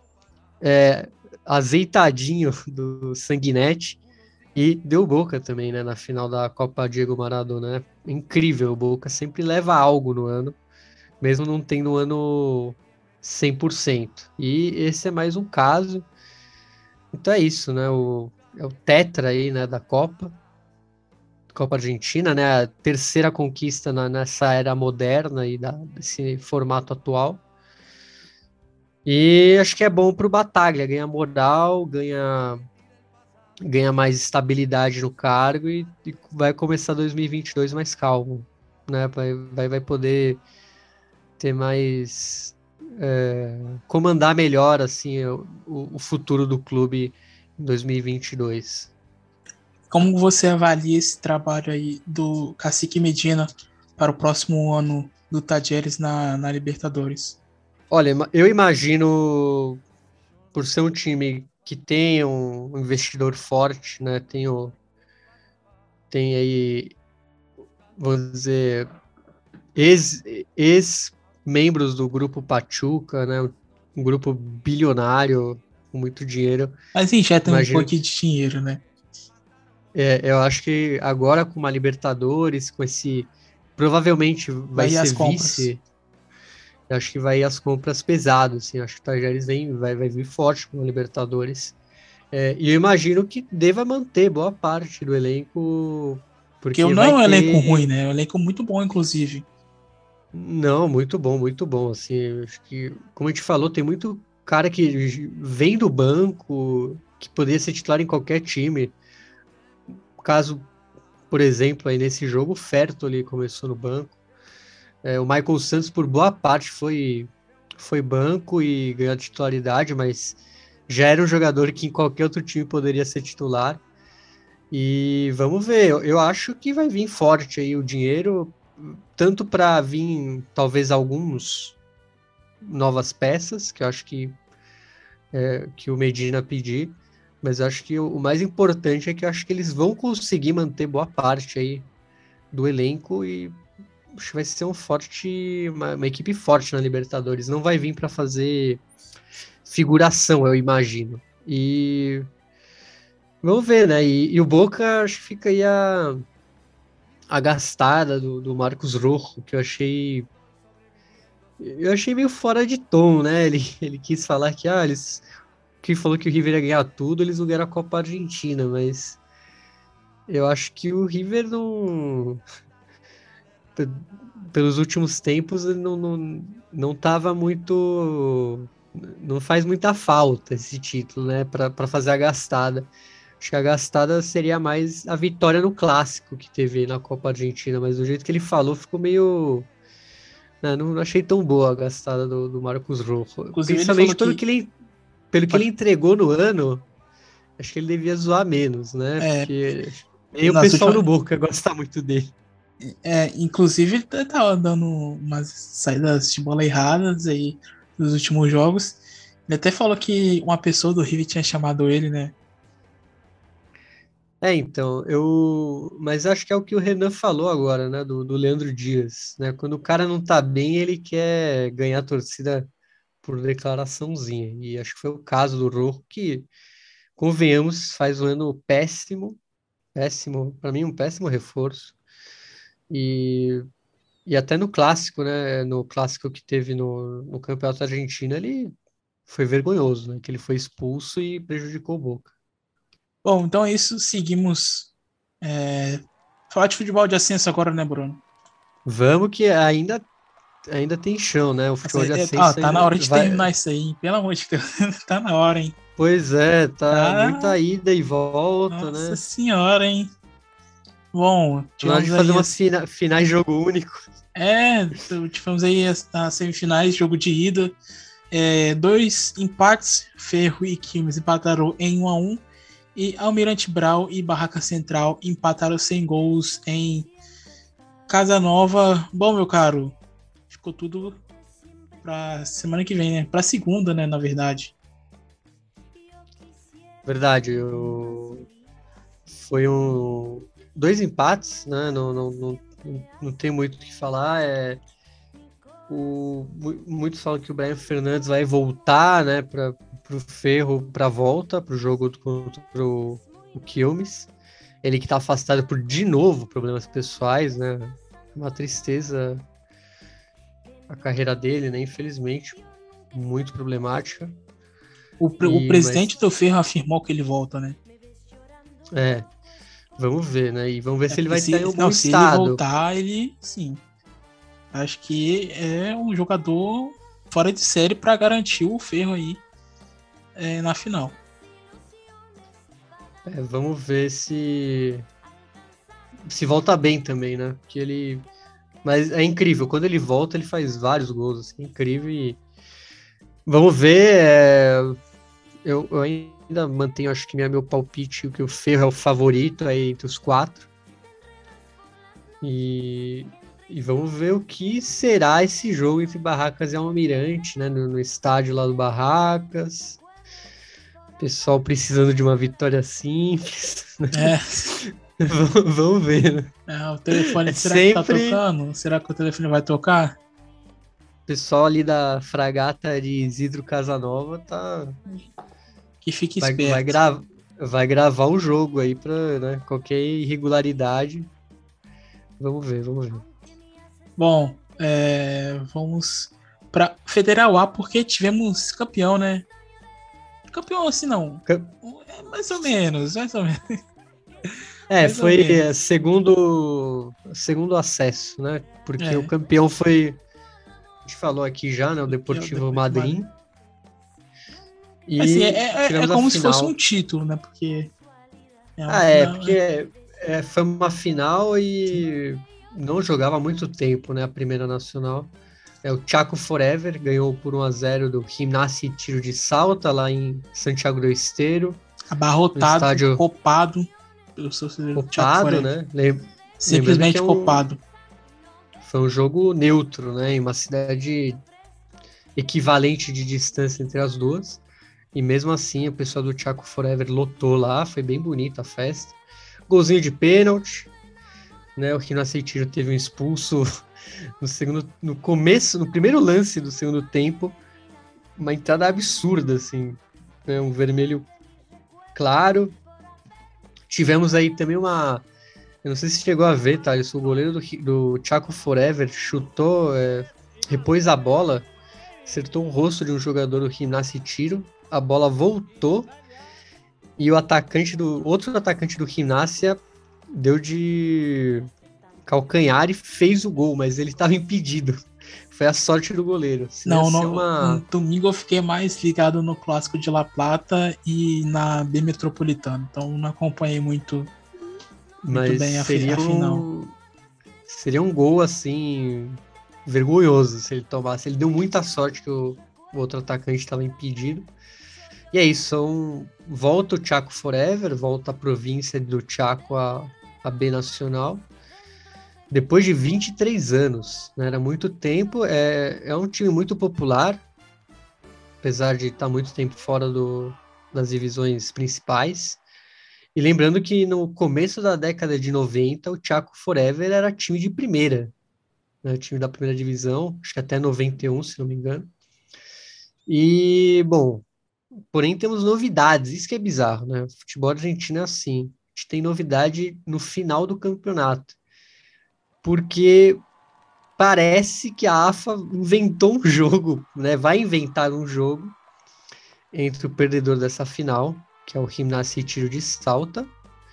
azeitadinho do Sanguinetti, e deu Boca também, né, na final da Copa Diego Maradona, né? Incrível, o Boca sempre leva algo no ano, mesmo não tendo um ano 100%. E esse é mais um caso. Então é isso, né, é o tetra aí, né, da Copa Argentina, né, a terceira conquista nessa era moderna e desse formato atual. E acho que é bom pro Bataglia, ganha moral, ganha mais estabilidade no cargo e vai começar 2022 mais calmo, né? Vai poder ter mais comandar melhor assim o futuro do clube em 2022. Como você avalia esse trabalho aí do Cacique Medina para o próximo ano do Tajeres na Libertadores? Olha, eu imagino, por ser um time que tem um investidor forte, né? Tem aí, vamos dizer, ex-membros do grupo Pachuca, né? Um grupo bilionário com muito dinheiro. Mas injeta um Imagino pouquinho de dinheiro, né? Eu acho que agora com uma Libertadores, com esse provavelmente vai Vai ir ser às compras. vice. Eu acho que vai ir as compras pesadas, assim. Acho que o Tajeres vai vir forte com a Libertadores. E eu imagino que deva manter boa parte do elenco, Porque porque não é vai um elenco ter. ruim, né? É um elenco muito bom, inclusive. Não, muito bom, muito bom. Assim, eu acho que, como a gente falou, tem muito cara que vem do banco, que poderia ser titular em qualquer time. Caso, por exemplo, aí nesse jogo, o Fertoli começou no banco. O Michael Santos, por boa parte, foi banco e ganhou a titularidade, mas já era um jogador que em qualquer outro time poderia ser titular. E vamos ver, eu acho que vai vir forte aí o dinheiro, tanto para vir talvez alguns novas peças, que eu acho que o Medina pedir, mas eu acho que o mais importante é que eu acho que eles vão conseguir manter boa parte aí do elenco e acho que vai ser uma equipe forte na Libertadores. Não vai vir para fazer figuração, eu imagino. E vamos ver, né? E o Boca, acho que fica aí a gastada do Marcos Rojo, que eu achei meio fora de tom, né? Ele quis falar que falou que o River ia ganhar tudo, eles não ganharam a Copa Argentina, mas eu acho que o River não, pelos últimos tempos, ele não tava muito, não faz muita falta esse título, né, para fazer a gastada. Acho que a gastada seria mais a vitória no clássico que teve na Copa Argentina, mas do jeito que ele falou ficou meio, não achei tão boa a gastada do Marcos Rojo. Inclusive, ele Principalmente falou pelo que ele entregou no ano, acho que ele devia zoar menos, né? É, Porque E o pessoal do Boca gosta muito dele. Inclusive ele tava dando umas saídas de bola erradas aí nos últimos jogos. Ele até falou que uma pessoa do River tinha chamado ele, né? Então, mas acho que é o que o Renan falou agora, né, do Leandro Dias, né? Quando o cara não tá bem, ele quer ganhar a torcida por declaraçãozinha. E acho que foi o caso do Rojo, que, convenhamos, faz um ano péssimo, para mim um péssimo reforço. E até no clássico, né, no clássico que teve no Campeonato Argentino, ele foi vergonhoso, né, que ele foi expulso e prejudicou o Boca. Bom, então é isso. Seguimos. Falar de futebol de ascenso agora, né, Bruno? Vamos que ainda tem chão, né? O futebol de ascenso tá na hora de terminar isso aí, hein? Pelo amor de Deus. Tá na hora, hein? Pois é, tá muita ida e volta, Nossa né? Nossa senhora, hein? Bom, tivemos de fazer umas finais de jogo único. Tivemos aí as semifinais, jogo de ida. 2 empates, Ferro e Quilmes empataram em 1-1. E Almirante Brau e Barraca Central empataram sem gols em Casa Nova. Bom, meu caro, ficou tudo pra semana que vem, né? Pra segunda, né, na verdade. Verdade, foi 2 empates, né? Não tem muito o que falar. Muitos falam que o Brian Fernandes vai voltar, né, para o Ferro, para a volta, para o jogo contra o Quilmes. Ele que está afastado por, de novo, problemas pessoais, né? Uma tristeza a carreira dele, né? Infelizmente, muito problemática. O presidente do Ferro afirmou que ele volta, né? Vamos ver, né? E vamos ver se ele vai estar em um bom estado. Se ele voltar, ele, sim. Acho que é um jogador fora de série para garantir o Ferro aí na final. Vamos ver se volta bem também, né? Porque ele... Mas é incrível, quando ele volta, ele faz vários gols, assim, incrível. E vamos ver, eu ainda mantenho, acho que meu palpite, que o Ferro é o favorito aí entre os 4. E vamos ver o que será esse jogo entre Barracas e Almirante, né? No estádio lá do Barracas. Pessoal precisando de uma vitória simples. Vamos ver, né? O telefone, será que tá tocando? Será que o telefone vai tocar? O pessoal ali da fragata de Isidro Casanova tá... Que fique esperto. Vai gravar o jogo aí pra, né, qualquer irregularidade. Vamos ver. Bom, vamos pra Federal A, porque tivemos campeão, né? Campeão assim não. Mais ou menos. Foi segundo acesso, né? Porque o campeão foi, a gente falou aqui já, né? O Deportivo Madryn. E assim, é como se fosse um título, né? Porque porque foi uma final e não jogava há muito tempo, né? A primeira nacional. O Chaco Forever ganhou por 1-0 do Gimnasia Tiro de Salta, lá em Santiago do Esteiro. Abarrotado, estádio... copado. Copado, né? Simplesmente copado. Foi um jogo neutro, né? Em uma cidade equivalente de distância entre as duas. E mesmo assim, o pessoal do Chaco Forever lotou lá. Foi bem bonita a festa. Golzinho de pênalti. Né? O Gimnasia Tiro teve um expulso no primeiro lance do segundo tempo. Uma entrada absurda, assim. Né? Um vermelho claro. Tivemos aí também eu não sei se chegou a ver, tá? O goleiro do Chaco Forever chutou, repôs a bola, acertou o rosto de um jogador do Gimnasia Tiro, a bola voltou e o outro atacante do Gimnasia deu de calcanhar e fez o gol, mas ele estava impedido. Foi a sorte do goleiro. No domingo eu fiquei mais ligado no Clássico de La Plata e na B Metropolitana, então não acompanhei muito bem a final. Seria um gol, assim, vergonhoso se ele tomasse. Ele deu muita sorte que o outro atacante estava impedido. E é isso, volta o Chaco Forever, volta a província do Chaco a B Nacional, depois de 23 anos, né? Era muito tempo, é um time muito popular, apesar de estar muito tempo fora das divisões principais. E lembrando que no começo da década de 90, o Chaco Forever era time de primeira, né? Time da primeira divisão, acho que até 91, se não me engano. E, bom, porém temos novidades, isso que é bizarro, né? O futebol argentino é assim, a gente tem novidade no final do campeonato, porque parece que a AFA inventou um jogo, né? Vai inventar um jogo entre o perdedor dessa final, que é o Gimnasia Tiro de Salta,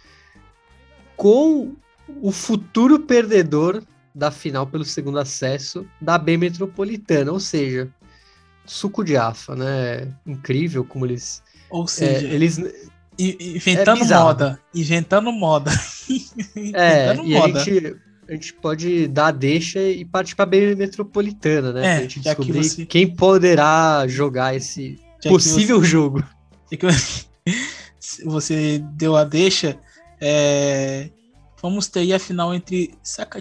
com o futuro perdedor da final pelo segundo acesso da B Metropolitana, ou seja, suco de AFA, né? Incrível como eles... Ou seja, eles inventando moda. Inventando moda. E a gente pode dar a deixa e partir para a B Metropolitana, né? Pra gente descobrir quem poderá jogar esse possível jogo. Você deu a deixa, vamos ter aí a final entre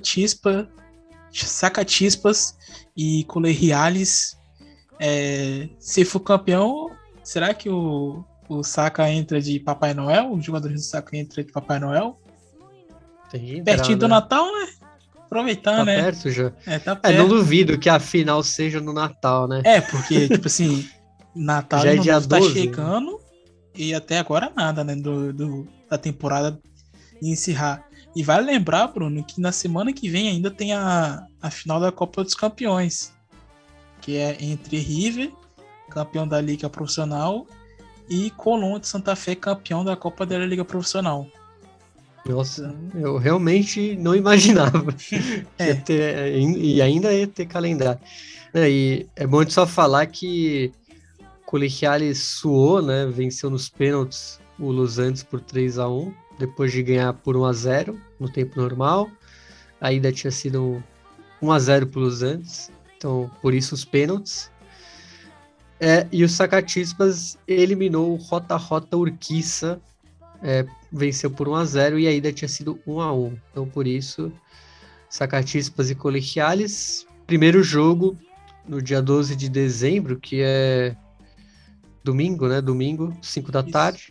Sacatispas e Colegiales. Se for campeão, será que o Saca entra de Papai Noel? Os jogadores do Saca entram de Papai Noel? Pertinho do Natal, né? Aproveitar, tá né? Perto já. Tá perto. Não duvido que a final seja no Natal, né? Porque, tipo assim, Natal já é dia 12, tá chegando e até agora nada, né? Da temporada encerrar. E vale lembrar, Bruno, que na semana que vem ainda tem a final da Copa dos Campeões, que é entre River, campeão da Liga Profissional, e Colón de Santa Fé, campeão da Copa da Liga Profissional. Nossa, eu realmente não imaginava que ia ter, e ainda ia ter calendário. E é bom de só falar que o Colegiales suou, né? Venceu nos pênaltis o Los Andes por 3-1, depois de ganhar por 1-0 no tempo normal. A ida tinha sido 1-0 para Los Andes, então por isso os pênaltis. E o Sacatispas eliminou o Rota Urquiza, venceu por 1-0 e a ida tinha sido 1-1. Então, por isso, Sacatispas e Colegiales. Primeiro jogo no dia 12 de dezembro, que é domingo, né? Domingo, 5 da tarde.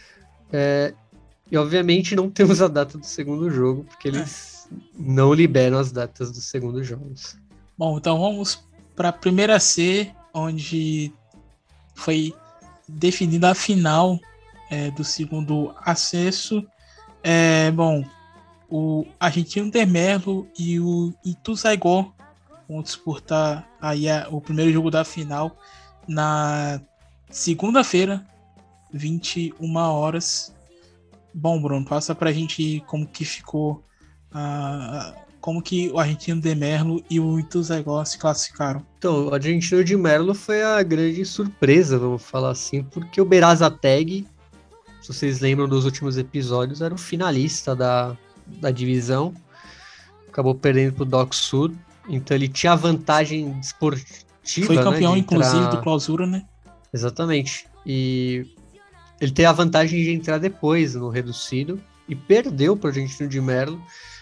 E, obviamente, não temos a data do segundo jogo, porque eles não liberam as datas dos segundos jogos. Bom, então vamos para a primeira C, onde foi definida a final do segundo acesso. O Argentino de Merlo e o Ituzaingó vão disputar aí o primeiro jogo da final na segunda-feira, 21 horas. Bom, Bruno, passa pra gente como que ficou, como que o Argentino de Merlo e o Ituzaingó se classificaram. Então, o Argentino de Merlo foi a grande surpresa, vamos falar assim, porque o Berazategui, se vocês lembram dos últimos episódios, era o finalista da divisão, acabou perdendo pro Dock Sud, então ele tinha a vantagem esportiva. Foi campeão, né, inclusive, do Clausura, né? Exatamente, e ele teve a vantagem de entrar depois no reducido e perdeu pro Argentino de Merlo.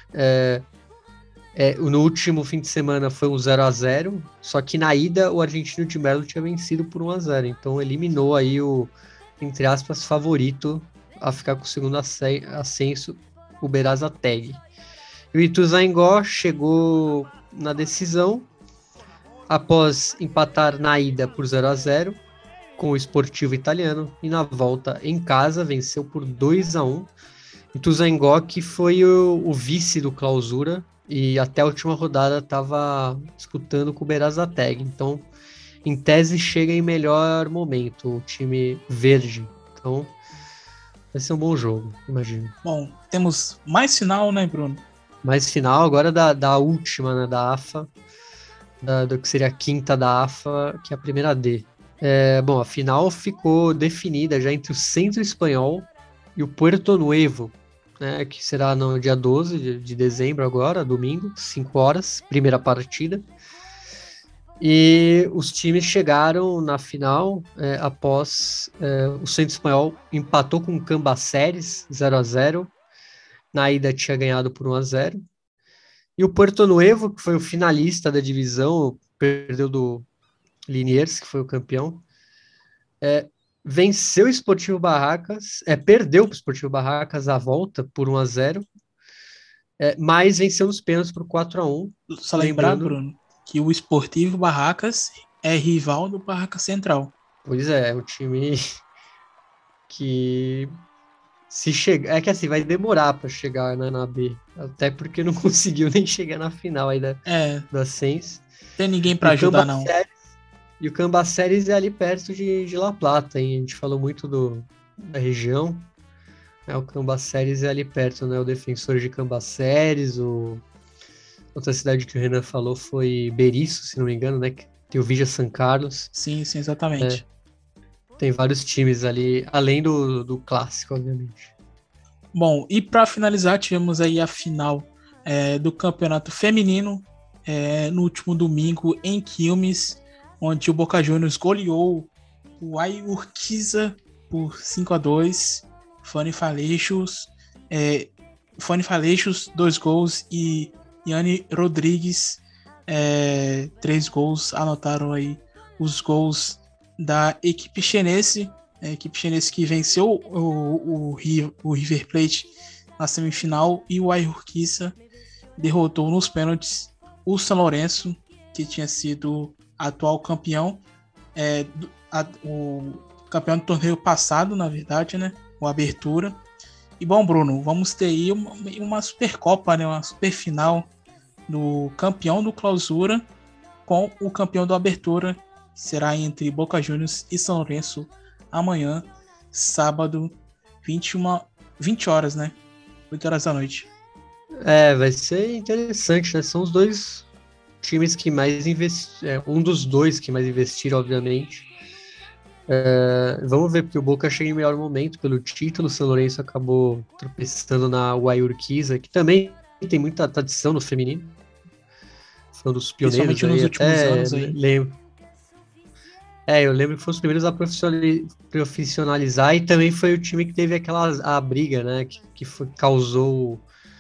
No último fim de semana foi um 0-0, só que na ida o Argentino de Merlo tinha vencido por 1-0, então eliminou aí o, entre aspas, favorito a ficar com o segundo ascenso, o Berazategui. E o Ituzaingó chegou na decisão após empatar na ida por 0-0 com o Sportivo Italiano e na volta em casa venceu por 2-1. Ituzaingó, que foi o vice do Clausura e até a última rodada estava disputando com o Berazategui. Então, em tese, chega em melhor momento o time verde. Então, vai ser um bom jogo, imagino. Bom, temos mais final, né, Bruno? Mais final agora da última, né, da AFA, do que seria a quinta da AFA, que é a primeira D. Bom, a final ficou definida já entre o Centro Espanhol e o Puerto Nuevo, né, que será no dia 12 de dezembro agora, domingo, 5 horas, primeira partida. E os times chegaram na final após o Centro Espanhol empatou com o Cambaceres 0-0 Na ida tinha ganhado por 1-0. E o Porto Novo, que foi o finalista da divisão, perdeu do Liniers, que foi o campeão, venceu o Sportivo Barracas, perdeu para o Sportivo Barracas a volta por 1-0, mas venceu nos pênaltis por 4-1. Só lembrar, Bruno, que o Sportivo Barracas é rival do Barracas Central. Pois é um time que se chegar... É que assim, vai demorar para chegar na B, até porque não conseguiu nem chegar na final aí do Ascenso. Tem ninguém para ajudar, não. E o Cambaceres é ali perto de La Plata, hein? A gente falou muito da região. O Cambaceres é ali perto, né? O Defensor de Cambaceres, outra cidade que o Renan falou foi Berisso, se não me engano, né? Que tem o Vigia San Carlos. Sim, exatamente. Tem vários times ali, além do clássico, obviamente. Bom, e para finalizar, tivemos aí a final do Campeonato Feminino no último domingo em Quilmes, onde o Boca Juniors goleou o Urquiza por 5-2. Fanny Falechos, 2 gols, e Yane Rodrigues, 3 gols. Anotaram aí os gols da equipe chinense, a equipe chinense que venceu o River Plate na semifinal, e o Urquiza derrotou nos pênaltis o São Lourenço, que tinha sido atual campeão, o campeão do torneio passado, na verdade, né? O Abertura. E bom, Bruno, vamos ter aí uma Supercopa, né? Uma super final do campeão do Clausura com o campeão do Abertura, que será entre Boca Juniors e São Lourenço amanhã, sábado, 20 horas, né? 8 horas da noite. Vai ser interessante, né? São os dois times que mais investiram, um dos dois que mais investiram, obviamente. Vamos ver, porque o Boca chega em melhor momento pelo título. O São Lourenço acabou tropeçando na Urquiza, que também tem muita tradição no feminino. Foi um dos pioneiros. Principalmente nos últimos anos aí. Lembro. Eu lembro que foi os primeiros a profissionalizar, e também foi o time que teve a briga, né? Que causou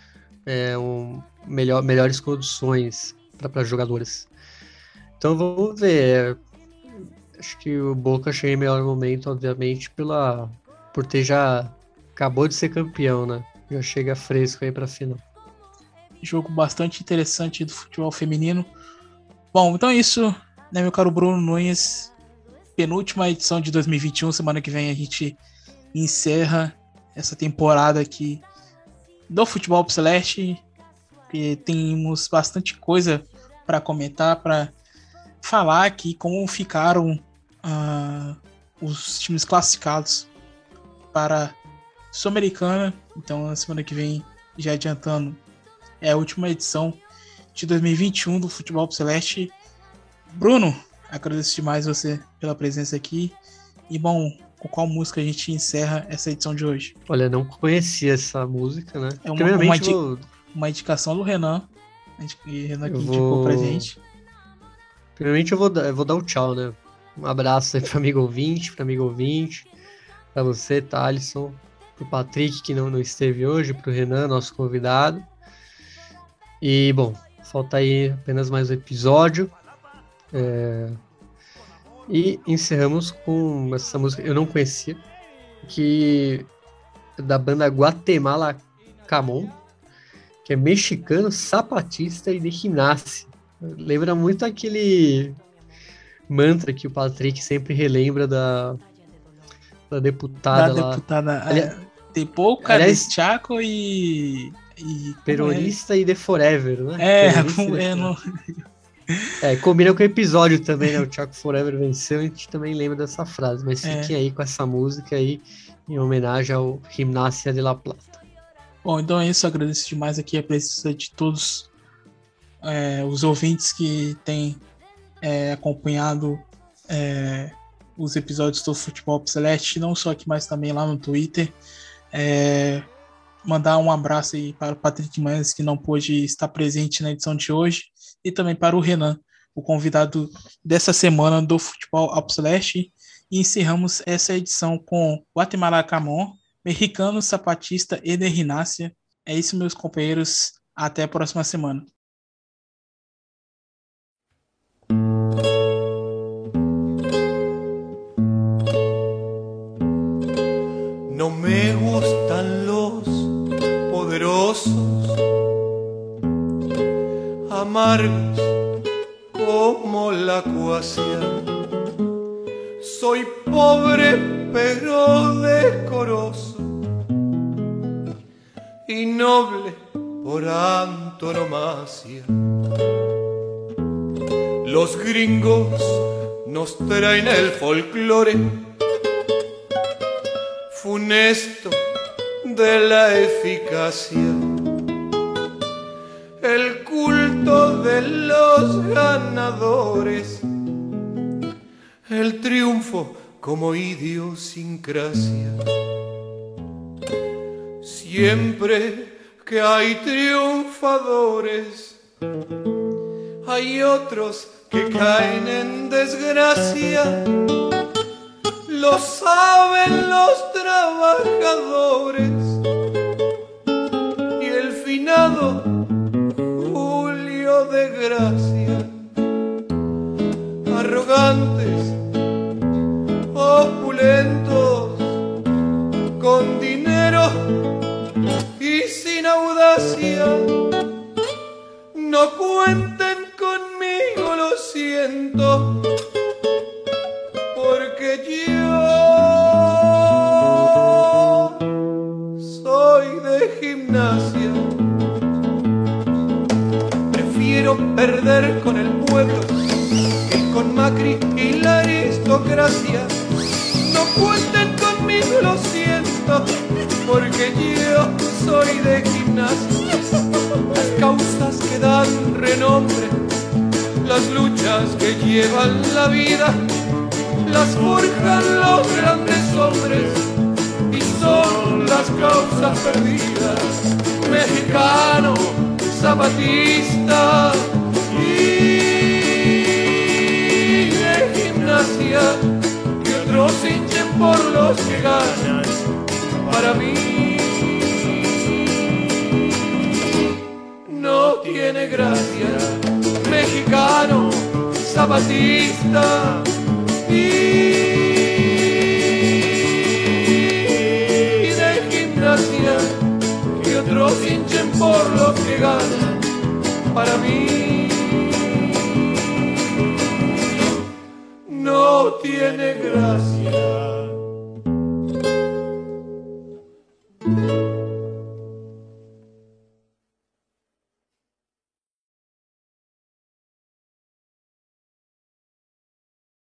melhores condições para jogadoras. Então vamos ver. Acho que o Boca chega em melhor momento, obviamente, por ter já acabou de ser campeão, né? Já chega fresco aí pra final. Jogo bastante interessante do futebol feminino. Bom, então é isso, né, meu caro Bruno Nunes? Penúltima edição de 2021. Semana que vem a gente encerra essa temporada aqui do Futebol Celeste. E temos bastante coisa para comentar, para falar aqui como ficaram os times classificados para Sul-Americana. Então, na semana que vem, já adiantando, é a última edição de 2021 do Futebol Celeste. Bruno, agradeço demais você pela presença aqui. E, bom, com qual música a gente encerra essa edição de hoje? Olha, não conhecia essa música, né? É uma indicação do Renan. Renan que indicou pra gente. Primeiramente eu vou dar o tchau, né? Um abraço aí pro amigo ouvinte, pra você, Thalisson, pro Patrick, que não esteve hoje, pro Renan, nosso convidado. E, bom, falta aí apenas mais um episódio. E encerramos com essa música, eu não conhecia, que é da banda Guatemala Camon, que é mexicano, sapatista e de ginástica. Lembra muito aquele mantra que o Patrick sempre relembra da deputada lá. Tepoca, Chaco e Peronista e The Forever, né? Combina com o episódio também, né? O Chaco Forever venceu, a gente também lembra dessa frase. Mas fiquem aí com essa música aí, em homenagem ao Gimnasia de La Plata. Bom, então é isso. Agradeço demais aqui a presença de todos os ouvintes que têm acompanhado os episódios do Futebol Celeste, não só aqui, mas também lá no Twitter. Mandar um abraço aí para o Patrick Manhães, que não pôde estar presente na edição de hoje, e também para o Renan, o convidado dessa semana do Futebol Celeste. E encerramos essa edição com Guatemala Camon, Mexicano, Sapatista e de Gimnasia. É isso, meus companheiros. Até a próxima semana. No me gustan los poderosos, amargos como la cuasia. Soy pobre pero decoroso y noble por antonomasia. Los gringos nos traen el folclore funesto de la eficacia, el culto de los ganadores, el triunfo como idiosincrasia. Siempre que hay triunfadores, hay otros que caen en desgracia. Lo saben los trabajadores y el finado Julio de Gracia. Arrogantes, opulentos, con dinero y sin audacia. No cuenten conmigo, lo siento, porque yo soy de gimnasia. Prefiero perder con el pueblo que con Macri y la aristocracia. No cuenten conmigo, lo siento, porque yo soy de gimnasia. Las causas que dan renombre, las luchas que llevan la vida, las forjan los grandes hombres y son las causas perdidas. Mexicano, zapatista y de gimnasia, que otros hinchen por los que ganan. Para mí no tiene gracia. Mexicano, zapatista y de gimnasia, que otros hinchen por los que ganan. Para mí no tiene gracia.